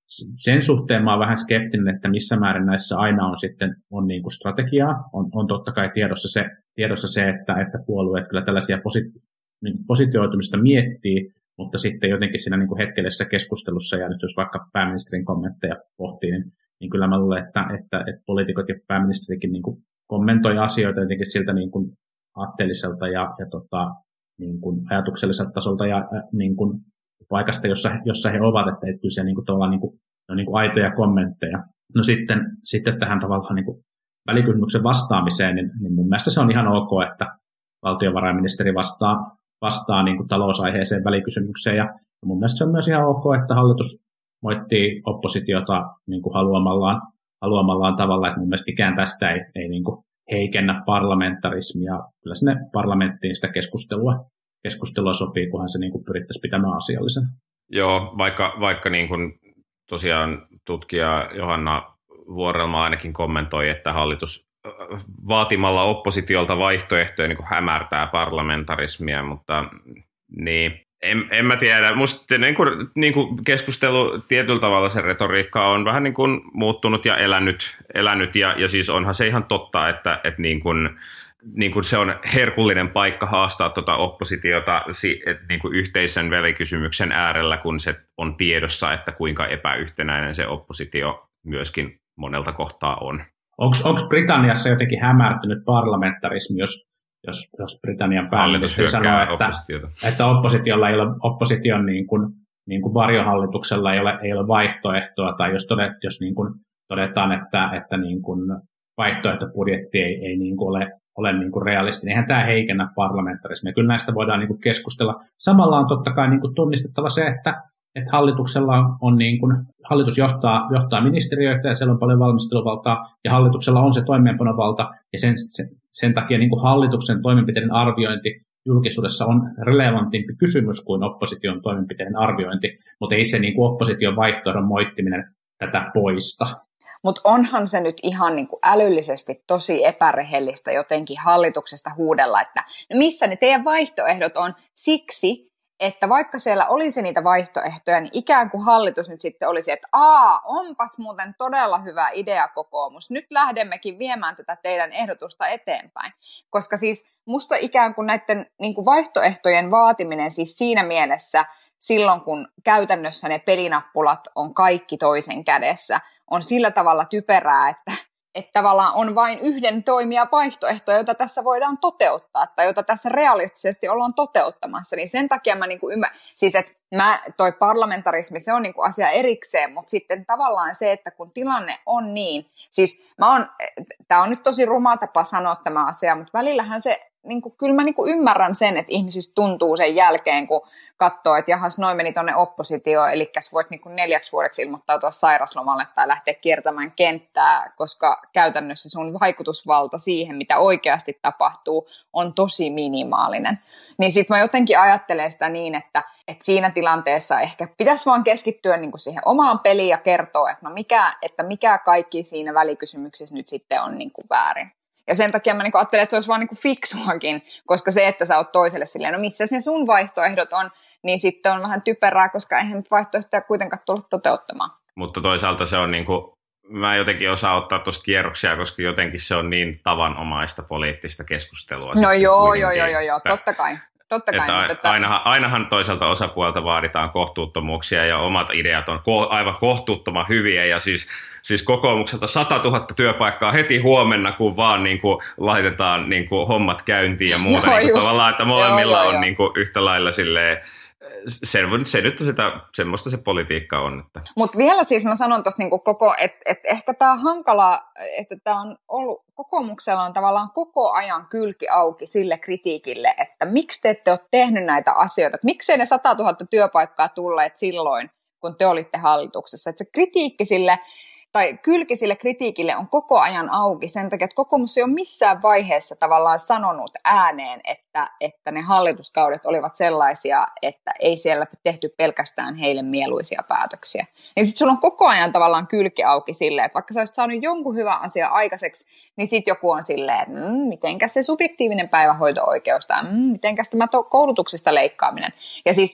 sen suhteen mä oon vähän skeptinen, että missä määrin näissä aina on sitten on niin kuin strategiaa. On, on totta kai tiedossa se, tiedossa se että, että puolueet kyllä tällaisia posit- niin positioitumista miettii, mutta sitten jotenkin siinä niin kuin hetkellisessä keskustelussa, ja nyt jos vaikka pääministerin kommentteja pohtii, niin, niin kyllä mä luulen, että, että, että poliitikot ja pääministerikin niin kuin kommentoi asioita jotenkin siltä niin kuin aatteelliselta ja, ja tota, niin kuin ajatukselliselta tasolta ja äh, niin kuin paikasta, jossa, jossa he ovat, että et kyllä se niin kuin, tavallaan niin kuin, on niin kuin aitoja kommentteja. No sitten, sitten tähän tavallaan niin kuin välikysymyksen vastaamiseen, niin, niin mun mielestä se on ihan ok, että valtiovarainministeri vastaa, vastaa niin kuin talousaiheeseen välikysymykseen, ja mun mielestä se on myös ihan ok, että hallitus moittii oppositiota niin kuin haluamallaan, haluamallaan tavalla, että mun mielestä mikään tästä ei, ei niin kuin heikennä parlamentarismia. Kyllä sinne parlamenttiin sitä keskustelua, keskustelua sopii, kunhan se niin kuin pyrittäisiin pitämään asiallisena. Joo, vaikka, vaikka niin kuin tosiaan tutkija Johanna Vuorelma ainakin kommentoi, että hallitus vaatimalla oppositiolta vaihtoehtoja niin kuin hämärtää parlamentarismia, mutta niin, en, en mä tiedä. Musta niin kuin, niin kuin keskustelu tietyllä tavalla se retoriikka on vähän niin kuin muuttunut ja elänyt, elänyt ja, ja siis onhan se ihan totta, että, että niin kuin, niin kuin se on herkullinen paikka haastaa tuota oppositiota niin kuin yhteisen välikysymyksen äärellä, kun se on tiedossa, että kuinka epäyhtenäinen se oppositio myöskin monelta kohtaa on. Onko Britanniassa jotenkin hämärtynyt parlamentarismi, jos, jos, jos Britannian pääministeri sanoo, että, että oppositiolla ei ole, opposition niin kuin, niin kuin varjohallituksella ei ole, ei ole vaihtoehtoa, tai jos, todet, jos niin kuin todetaan, että, että niin kuin vaihtoehtobudjetti ei, ei niin kuin ole, ole niin kuin realistinen, eihän tämä heikennä parlamentarismia. Kyllä näistä voidaan niin kuin keskustella. Samalla on totta kai niin kuin tunnistettava se, että että hallituksella on niin kuin, hallitus johtaa, johtaa ministeriöitä ja siellä on paljon valmisteluvaltaa ja hallituksella on se toimeenpanovalta ja sen, sen, sen takia niin kuin hallituksen toimenpiteiden arviointi julkisuudessa on relevantimpi kysymys kuin opposition toimenpiteiden arviointi, mutta ei se niin kuin opposition vaihtoehdon moittiminen tätä poista. Mutta onhan se nyt ihan niin kuin älyllisesti tosi epärehellistä jotenkin hallituksesta huudella, että no missä ne teidän vaihtoehdot on siksi, että vaikka siellä olisi niitä vaihtoehtoja, niin ikään kuin hallitus nyt sitten olisi, että aa, onpas muuten todella hyvä idea kokoomus, nyt lähdemmekin viemään tätä teidän ehdotusta eteenpäin. Koska siis musta ikään kuin näiden niin kuin vaihtoehtojen vaatiminen siis siinä mielessä, silloin kun käytännössä ne pelinappulat on kaikki toisen kädessä, on sillä tavalla typerää, että että tavallaan on vain yhden toimijan vaihtoehto, jota tässä voidaan toteuttaa tai jota tässä realistisesti ollaan toteuttamassa, niin sen takia mä niinku ymmärrän, siis että mä, toi parlamentarismi, se on niinku asia erikseen, mutta sitten tavallaan se, että kun tilanne on niin, siis mä oon, tää on nyt tosi ruma tapa sanoa tämä asia, mutta välillähän se, niinku, kyllä mä niinku ymmärrän sen, että ihmisistä tuntuu sen jälkeen, kun katsoo, että jahas, noin meni tuonne oppositioon, eli voit niinku neljäksi vuodeksi ilmoittautua sairaslomalle tai lähteä kiertämään kenttää, koska käytännössä sun vaikutusvalta siihen, mitä oikeasti tapahtuu, on tosi minimaalinen. Niin sit mä jotenkin ajattelen sitä niin, että, että siinä tilanteessa ehkä pitäisi vaan keskittyä niinku siihen omaan peliin ja kertoa, että, no mikä, että mikä kaikki siinä välikysymyksessä nyt sitten on niinku väärin. Ja sen takia mä niinku ajattelen, että se olisi vaan niinku fiksuakin, koska se, että sä oot toiselle silleen, no missä ne sun vaihtoehdot on, niin sitten on vähän typerää, koska eihän nyt vaihtoehtoja kuitenkaan tulla toteuttamaan. Mutta toisaalta se on niinku, mä jotenkin osaan ottaa tuosta kierroksia, koska jotenkin se on niin tavanomaista poliittista keskustelua. No joo, joo, joo, joo, joo, totta kai. Totta kai, että mutta ainahan, ainahan toiselta osapuolta vaaditaan kohtuuttomuuksia ja omat ideat on ko- aivan kohtuuttoman hyviä ja siis, siis kokoomukselta sata tuhatta työpaikkaa heti huomenna, kun vaan niin kuin laitetaan niin kuin hommat käyntiin ja muuta. No, niin kuin tavallaan, että molemmilla joo, joo, on joo. niin kuin yhtä lailla silleen, se, se nyt sitä, semmoista se politiikka on. Mutta vielä siis mä sanon tuossa niinku koko, että et ehkä tämä on hankalaa, että tämä on ollut, kokoomuksella on tavallaan koko ajan kylki auki sille kritiikille, että miksi te ette ole tehnyt näitä asioita, että miksei ne sata tuhatta työpaikkaa tulleet silloin, kun te olitte hallituksessa. Että se kritiikki sille, tai kylki sille kritiikille on koko ajan auki sen takia, että kokoomus ei ole missään vaiheessa tavallaan sanonut ääneen, että, että ne hallituskaudet olivat sellaisia, että ei siellä tehty pelkästään heille mieluisia päätöksiä. Niin sitten sulla on koko ajan tavallaan kylki auki silleen, että vaikka sä olisit saanut jonkun hyvän asian aikaiseksi, niin sitten joku on silleen, että mm, mitenkäs se subjektiivinen päivähoito-oikeus tai mm, mitenkäs tämä koulutuksesta leikkaaminen. Ja siis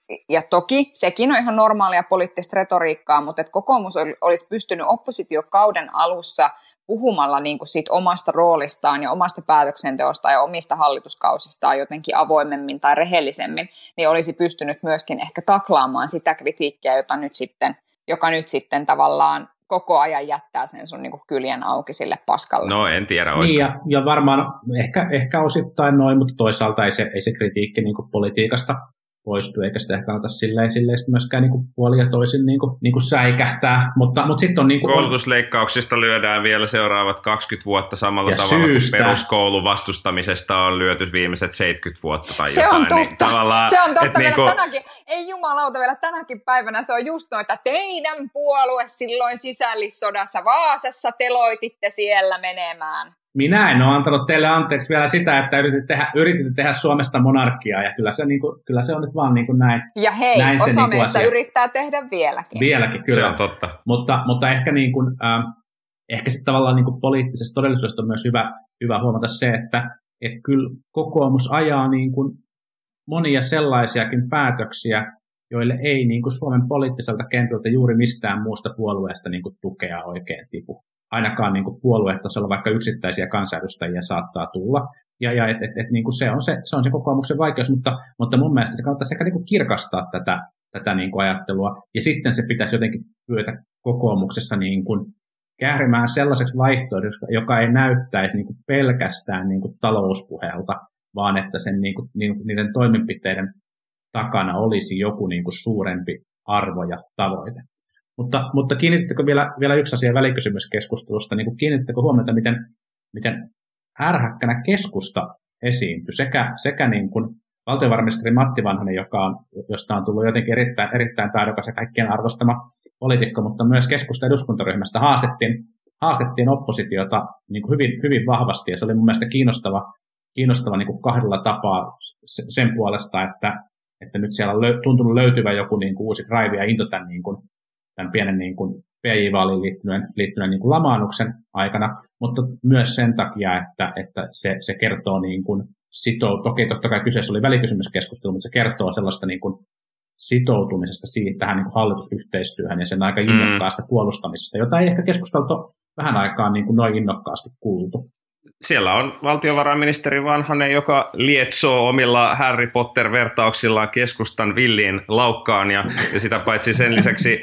ja toki sekin on ihan normaalia poliittista retoriikkaa, mutta että kokoomus olisi pystynyt oppositiokauden alussa puhumalla niin kuin siitä omasta roolistaan ja omasta päätöksenteosta ja omista hallituskausistaan jotenkin avoimemmin tai rehellisemmin, niin olisi pystynyt myöskin ehkä taklaamaan sitä kritiikkiä, jota nyt sitten, joka nyt sitten tavallaan koko ajan jättää sen sun niin kuin kyljen auki sille paskalle. No en tiedä, olisiko. Niin ja, ja varmaan ehkä, ehkä osittain noin, mutta toisaalta ei se, ei se kritiikki niin kuin politiikasta poistu, eikä sitä ehkä kannata silleen, silleen myöskään niin kuin puolin ja toisin niin kuin, niin kuin säikähtää. Mutta, mutta sitten on niin kuin koulutusleikkauksista lyödään vielä seuraavat kaksikymmentä vuotta samalla tavalla syystä. Kuin peruskoulun vastustamisesta on lyöty viimeiset seitsemänkymmentä vuotta tai se jotain. On totta. Niin, se on totta vielä niinku tänäkin. Ei jumalauta vielä tänäkin päivänä. Se on just noita teidän puolue silloin sisällissodassa Vaasassa teloititte siellä menemään. Minä en ole antanut teille anteeksi vielä sitä, että yrititte tehdä, yrititte tehdä Suomesta monarkiaa, ja kyllä se, niin kuin, kyllä se on nyt vaan niin kuin näin. Ja hei, näin osa se meistä niin yrittää tehdä vieläkin. Vieläkin, kyllä. Se on totta. Mutta, mutta ehkä, niin kuin, äh, ehkä sitten tavallaan niin kuin poliittisesta todellisuudesta on myös hyvä, hyvä huomata se, että et kyllä kokoomus ajaa niin kuin monia sellaisiakin päätöksiä, joille ei niin kuin Suomen poliittiselta kentältä juuri mistään muusta puolueesta niin kuin tukea oikein tipu. Ainakaan niin kuin puoluetasolla, vaikka yksittäisiä kansanedustajia saattaa tulla. Ja, ja et, et, et, niin kuin se, on se, se on se kokoomuksen vaikeus, mutta, mutta mun mielestä se kannattaisi ehkä niin kuin kirkastaa tätä, tätä niin kuin ajattelua. Ja sitten se pitäisi jotenkin pyytää kokoomuksessa niin kuin käärimään sellaiseksi vaihtoehdoksi, joka ei näyttäisi niin kuin pelkästään niin kuin talouspuheelta, vaan että sen, niin kuin, niiden toimenpiteiden takana olisi joku niin kuin suurempi arvo ja tavoite. Mutta, mutta kiinnittäkö vielä, vielä yksi asia välikysymyskeskustelusta, niin kiinnittäkö huomiota, miten, miten ärhäkkänä keskusta esiintyi sekä, sekä niin kuin valtiovarainministeri Matti Vanhanen, joka on, josta on tullut jotenkin erittäin, erittäin taidokas ja kaikkien arvostama poliitikko, mutta myös keskusta eduskuntaryhmästä haastettiin, haastettiin oppositiota niin kuin hyvin, hyvin vahvasti, ja se oli mun mielestä kiinnostava, kiinnostava niin kuin kahdella tapaa sen puolesta, että, että nyt siellä on löy, tuntunut löytyvän joku niin kuin uusi drive ja into tämän, niin kuin, tämän pienen niin kuin P J-vaaliin liittyneen, liittyneen niin kuin lamaannuksen aikana, mutta myös sen takia, että, että se, se kertoo niin kuin sitoo, toki totta kai kyseessä oli välikysymyskeskustelu, mutta se kertoo sellaista niin kuin sitoutumisesta siitä tähän niin kuin hallitusyhteistyöhön ja sen aika innokkaasta mm. puolustamisesta, jota ei ehkä keskusteltu vähän aikaa niin kuin noin innokkaasti kuultu. Siellä on valtiovarainministeri Vanhanen, joka lietsoo omilla Harry Potter-vertauksillaan keskustan villiin laukkaan, ja, ja sitä paitsi sen lisäksi,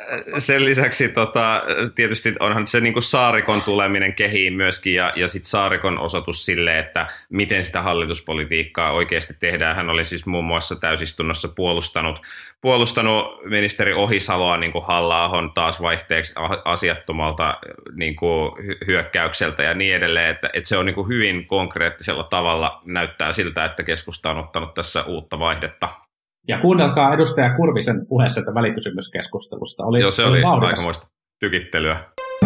sen lisäksi tota, tietysti onhan se niin kuin Saarikon tuleminen kehiin myöskin, ja, ja sitten Saarikon osoitus sille, että miten sitä hallituspolitiikkaa oikeasti tehdään. Hän oli siis muun muassa täysistunnossa puolustanut, puolustanut ministeri Ohisaloa niin kuin Halla-ahon taas vaihteeksi asiattomalta niin kuin hyökkäykseltä ja niin edelleen, että että se on niin kuin hyvin konkreettisella tavalla näyttää siltä, että keskusta on ottanut tässä uutta vaihdetta. Ja kuunnelkaa edustaja Kurvisen puheessa että välikysymyskeskustelusta. Oli, Joo, se oli, oli vauhdikas. aikamoista tykittelyä.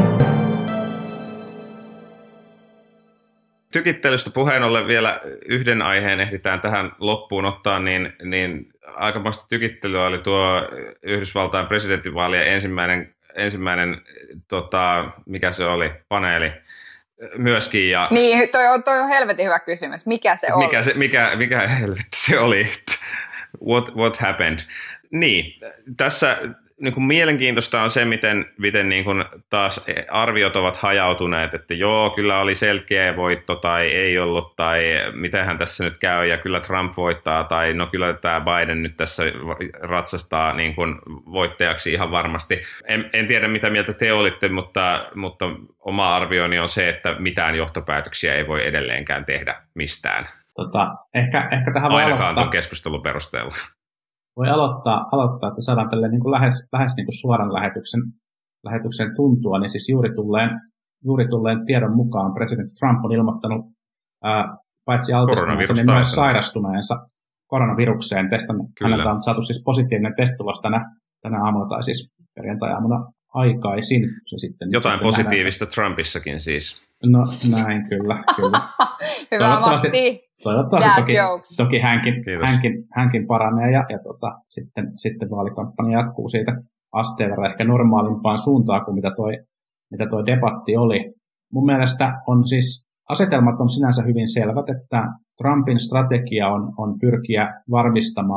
Tykittelystä puheen ollen vielä yhden aiheen ehditään tähän loppuun ottaa, niin, niin aikamoista tykittelyä oli tuo Yhdysvaltain presidentinvaalien ensimmäinen, ensimmäinen tota, mikä se oli, paneeli. Myöskin. Ja niin, toi on, toi on helvetin hyvä kysymys. Mikä se oli? Mikä, se, mikä, mikä helvetti se oli? What, what happened? Niin, tässä niin kuin mielenkiintoista on se, miten, miten niin kuin taas arviot ovat hajautuneet, että joo, kyllä oli selkeä voitto tai ei ollut, tai mitenhän tässä nyt käy, ja kyllä Trump voittaa, tai no kyllä tämä Biden nyt tässä ratsastaa niin kuin voittajaksi ihan varmasti. En, en tiedä, mitä mieltä te olitte, mutta, mutta oma arvioni on se, että mitään johtopäätöksiä ei voi edelleenkään tehdä mistään. Tota, ehkä, ehkä tähän voi ainakaan aloittaa. tuon keskustelun perusteella. Voi aloittaa, aloittaa että saadaan tälle niin kuin lähes, lähes niin kuin suoran lähetyksen, lähetyksen tuntua, niin siis juuri tulleen, juuri tulleen tiedon mukaan presidentti Trump on ilmoittanut ää, paitsi altistuneensa, niin myös sairastuneensa koronavirukseen. Testannut, häneltä on saatu siis positiivinen testitulos tänä, tänä aamuna, tai siis perjantai-aamuna aikaisin. Se sitten jotain positiivista nähdään. Trumpissakin siis. No näin, kyllä. kyllä. Hyvä Matti. Toivottavasti toki, toki hänkin, hänkin, hänkin paranee ja, ja tota, sitten, sitten vaalikampanja jatkuu siitä asteen verran ehkä normaalimpaan suuntaan kuin mitä toi, mitä toi debatti oli. Mun mielestä on siis, asetelmat on sinänsä hyvin selvät, että Trumpin strategia on, on pyrkiä varmistamaan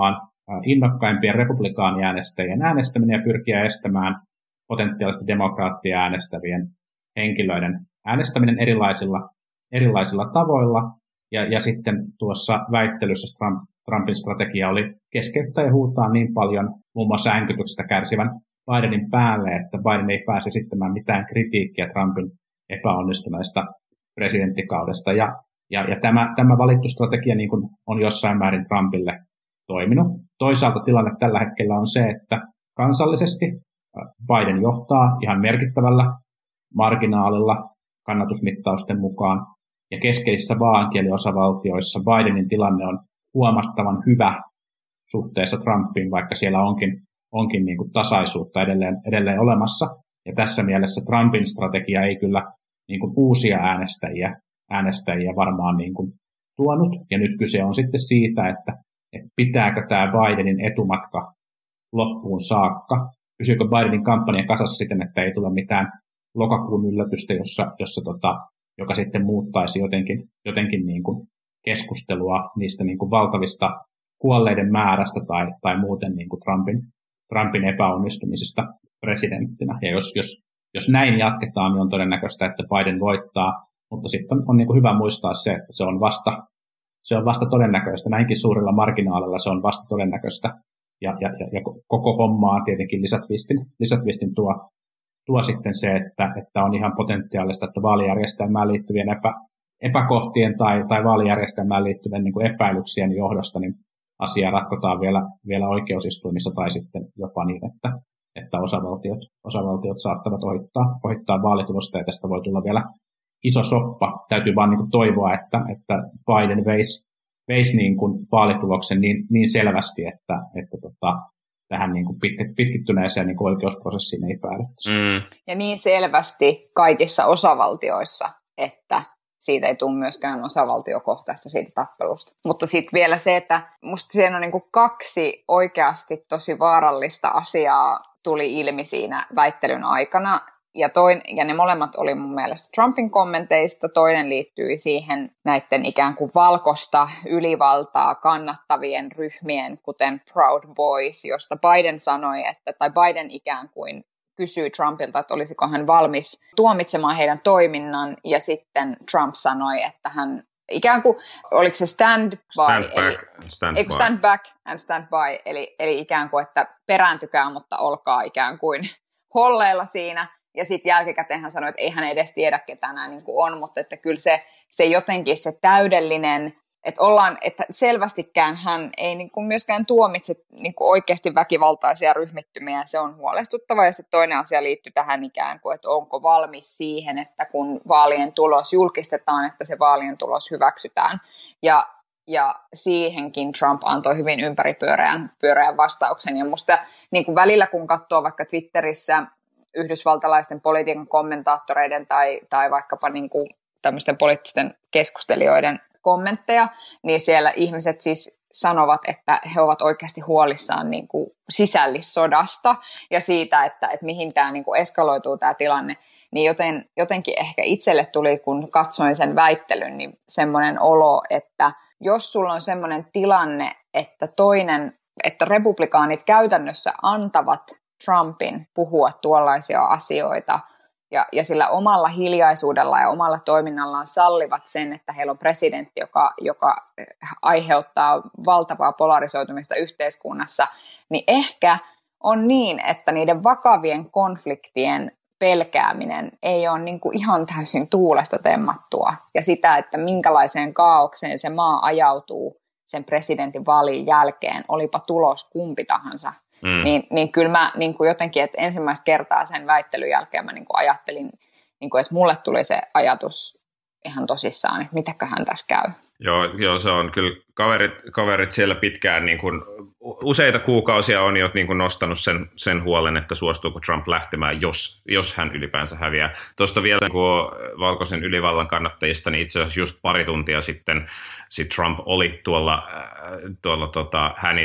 innokkaimpien republikaaniäänestäjien äänestäminen ja pyrkiä estämään potentiaalisesti demokraattia äänestävien henkilöiden äänestäminen erilaisilla, erilaisilla tavoilla. Ja, ja sitten tuossa väittelyssä Trump, Trumpin strategia oli keskeyttää ja huutaa niin paljon muun muassa äänkytyksestä kärsivän Bidenin päälle, että Biden ei pääse esittämään mitään kritiikkiä Trumpin epäonnistuneesta presidenttikaudesta. Ja, ja, ja tämä, tämä valittu strategia niin kuin on jossain määrin Trumpille toiminut. Toisaalta tilanne tällä hetkellä on se, että kansallisesti Biden johtaa ihan merkittävällä marginaalilla kannatusmittausten mukaan. Ja keskeisissä vaankieliosavaltioissa Bidenin tilanne on huomattavan hyvä suhteessa Trumpiin, vaikka siellä onkin, onkin niin kuin tasaisuutta edelleen, edelleen olemassa. Ja tässä mielessä Trumpin strategia ei kyllä niin kuin uusia äänestäjiä, äänestäjiä varmaan niin kuin tuonut. Ja nyt kyse on sitten siitä, että, että pitääkö tämä Bidenin etumatka loppuun saakka. Pysyykö Bidenin kampanja kasassa siten, että ei tule mitään lokakuun yllätystä, jossa, jossa tota, joka sitten muuttaisi jotenkin, jotenkin niin kuin keskustelua niistä niin kuin valtavista kuolleiden määrästä tai, tai muuten niin kuin Trumpin, Trumpin epäonnistumisista presidenttinä. Ja jos, jos, jos näin jatketaan, niin on todennäköistä, että Biden voittaa, mutta sitten on, on niin kuin hyvä muistaa se, että se on, vasta, se on vasta todennäköistä. Näinkin suurilla marginaalilla se on vasta todennäköistä. Ja, ja, ja koko hommaa tietenkin lisätvistin, lisätvistin tuo, tuo sitten se, että, että on ihan potentiaalista, että vaalijärjestelmään liittyvien epä, epäkohtien tai, tai vaalijärjestelmään liittyvien niin kuin epäilyksien johdosta niin asiaa ratkotaan vielä, vielä oikeusistuimissa tai sitten jopa niin, että, että osavaltiot, osavaltiot saattavat ohittaa, ohittaa vaalitulosta ja tästä voi tulla vielä iso soppa. Täytyy vaan niin kuin toivoa, että, että Biden veisi, veisi niin kuin vaalituloksen niin, niin selvästi, että, että tota, tähän niin kuin pitkittyneeseen niin kuin oikeusprosessiin ei päädyttäisi. Mm. Ja niin selvästi kaikissa osavaltioissa, että siitä ei tule myöskään osavaltiokohtaista siitä tappelusta. Mutta sitten vielä se, että musta siinä on niin kuin kaksi oikeasti tosi vaarallista asiaa tuli ilmi siinä väittelyn aikana. Ja, toin, ja ne molemmat oli mun mielestä Trumpin kommenteista. Toinen liittyi siihen näiden ikään kuin valkoista ylivaltaa kannattavien ryhmien, kuten Proud Boys, josta Biden sanoi, että, tai Biden ikään kuin kysyi Trumpilta, että olisiko hän valmis tuomitsemaan heidän toiminnan, ja sitten Trump sanoi, että hän ikään kuin, oliko se stand by, stand back, eli, stand, by. stand back and stand by, eli, eli ikään kuin, että perääntykää, mutta olkaa ikään kuin holleilla siinä. Ja sitten jälkikäteen hän sanoi, että ei hän edes tiedä, ketä nämä niin kuin on, mutta että kyllä se, se jotenkin se täydellinen, että, ollaan, että selvästikään hän ei niin kuin myöskään tuomitse niin kuin oikeasti väkivaltaisia ryhmittymiä, se on huolestuttava. Ja sitten toinen asia liittyy tähän ikään kuin, että onko valmis siihen, että kun vaalien tulos julkistetaan, että se vaalien tulos hyväksytään. Ja, ja siihenkin Trump antoi hyvin ympäripyöreän pyöreän vastauksen. Ja musta niin kuin välillä, kun katsoo vaikka Twitterissä yhdysvaltalaisten politiikan kommentaattoreiden tai, tai vaikkapa niin kuin tämmöisten poliittisten keskustelijoiden kommentteja, niin siellä ihmiset siis sanovat, että he ovat oikeasti huolissaan niin kuin sisällissodasta ja siitä, että, että mihin tämä niin kuin eskaloituu tämä tilanne. Niin joten, jotenkin ehkä itselle tuli, kun katsoin sen väittelyn, niin semmoinen olo, että jos sulla on semmoinen tilanne, että toinen, että republikaanit käytännössä antavat Trumpin puhua tuollaisia asioita ja, ja sillä omalla hiljaisuudella ja omalla toiminnallaan sallivat sen, että heillä on presidentti, joka, joka aiheuttaa valtavaa polarisoitumista yhteiskunnassa, niin ehkä on niin, että niiden vakavien konfliktien pelkääminen ei ole niin kuin ihan täysin tuulesta temmattua ja sitä, että minkälaiseen kaaukseen se maa ajautuu sen presidentin vaalin jälkeen, olipa tulos kumpi tahansa. Mm. Niin, niin kyllä mä niin kuin jotenkin, että ensimmäistä kertaa sen väittelyn jälkeen mä niin kuin ajattelin, niin kuin, että mulle tuli se ajatus ihan tosissaan, että mitäköhän tässä käy. Joo, joo, se on kyllä, kaverit, kaverit siellä pitkään, niin kuin, useita kuukausia on jo niin kuin nostanut sen, sen huolen, että suostuuko Trump lähtemään, jos, jos hän ylipäänsä häviää. Tuosta vielä niin kuin valkoisen ylivallan kannattajista, niin itse asiassa just pari tuntia sitten sit Trump oli tuolla, tuolla tota Hannityn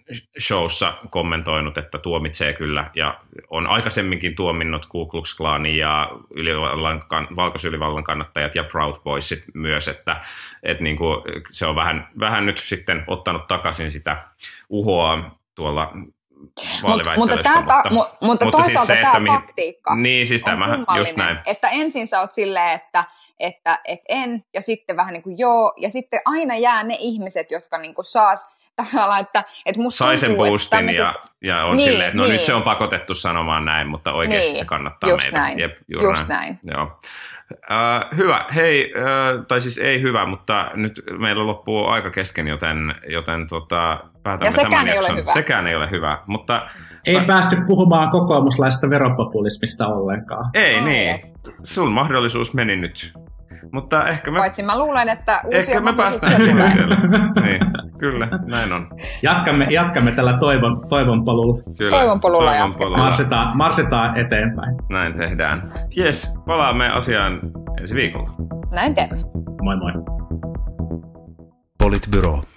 showssa kommentoinut, että tuomitsee kyllä ja on aikaisemminkin tuominnut Ku Klux Klanin ja ylivallan, valkoisylivallan kannattajat ja Proud Boysit myös, että, että niin kuin se on vähän, vähän nyt sitten ottanut takaisin sitä uhoa tuolla vaaliväittelystä. Mutta, tämä ta- mutta, mutta, mutta toisaalta siis se, tämä mihin, taktiikka niin, siis on tämä, just näin. Että ensin sä oot silleen, että että et en, ja sitten vähän niin kuin joo, ja sitten aina jää ne ihmiset, jotka niin kuin saas tavallaan, että, että musta sai sen tuntuu, boostin tämmöisessä... ja, ja on niin, silleen, että no niin. nyt se on pakotettu sanomaan näin, mutta oikeasti niin, se kannattaa just meitä. Näin. Jep, just näin. näin. Joo. Uh, hyvä, hei, uh, tai siis ei hyvä, mutta nyt meillä loppuu aika kesken, joten, joten tota, päätämme ja sekään tämän ei jakson. Ole hyvä. Sekään ei ole hyvä, mutta... Ei ta- päästy puhumaan kokoomuslaista veropopulismista ollenkaan. Ei, Ai niin. et. Sun mahdollisuus meni nyt. Mutta ehkä me... Paitsi mä luulen, että uusia ehkä me päästään tulee. Niin, kyllä, näin on. Jatkamme, jatkamme tällä toivon, toivon polulla. Kyllä, toivon polulla toivon jatketaan. polulla. Marsitaan, marsitaan eteenpäin. Näin tehdään. Jes, palaamme asiaan ensi viikolla. Näin teemme. Moi moi. Politbyro.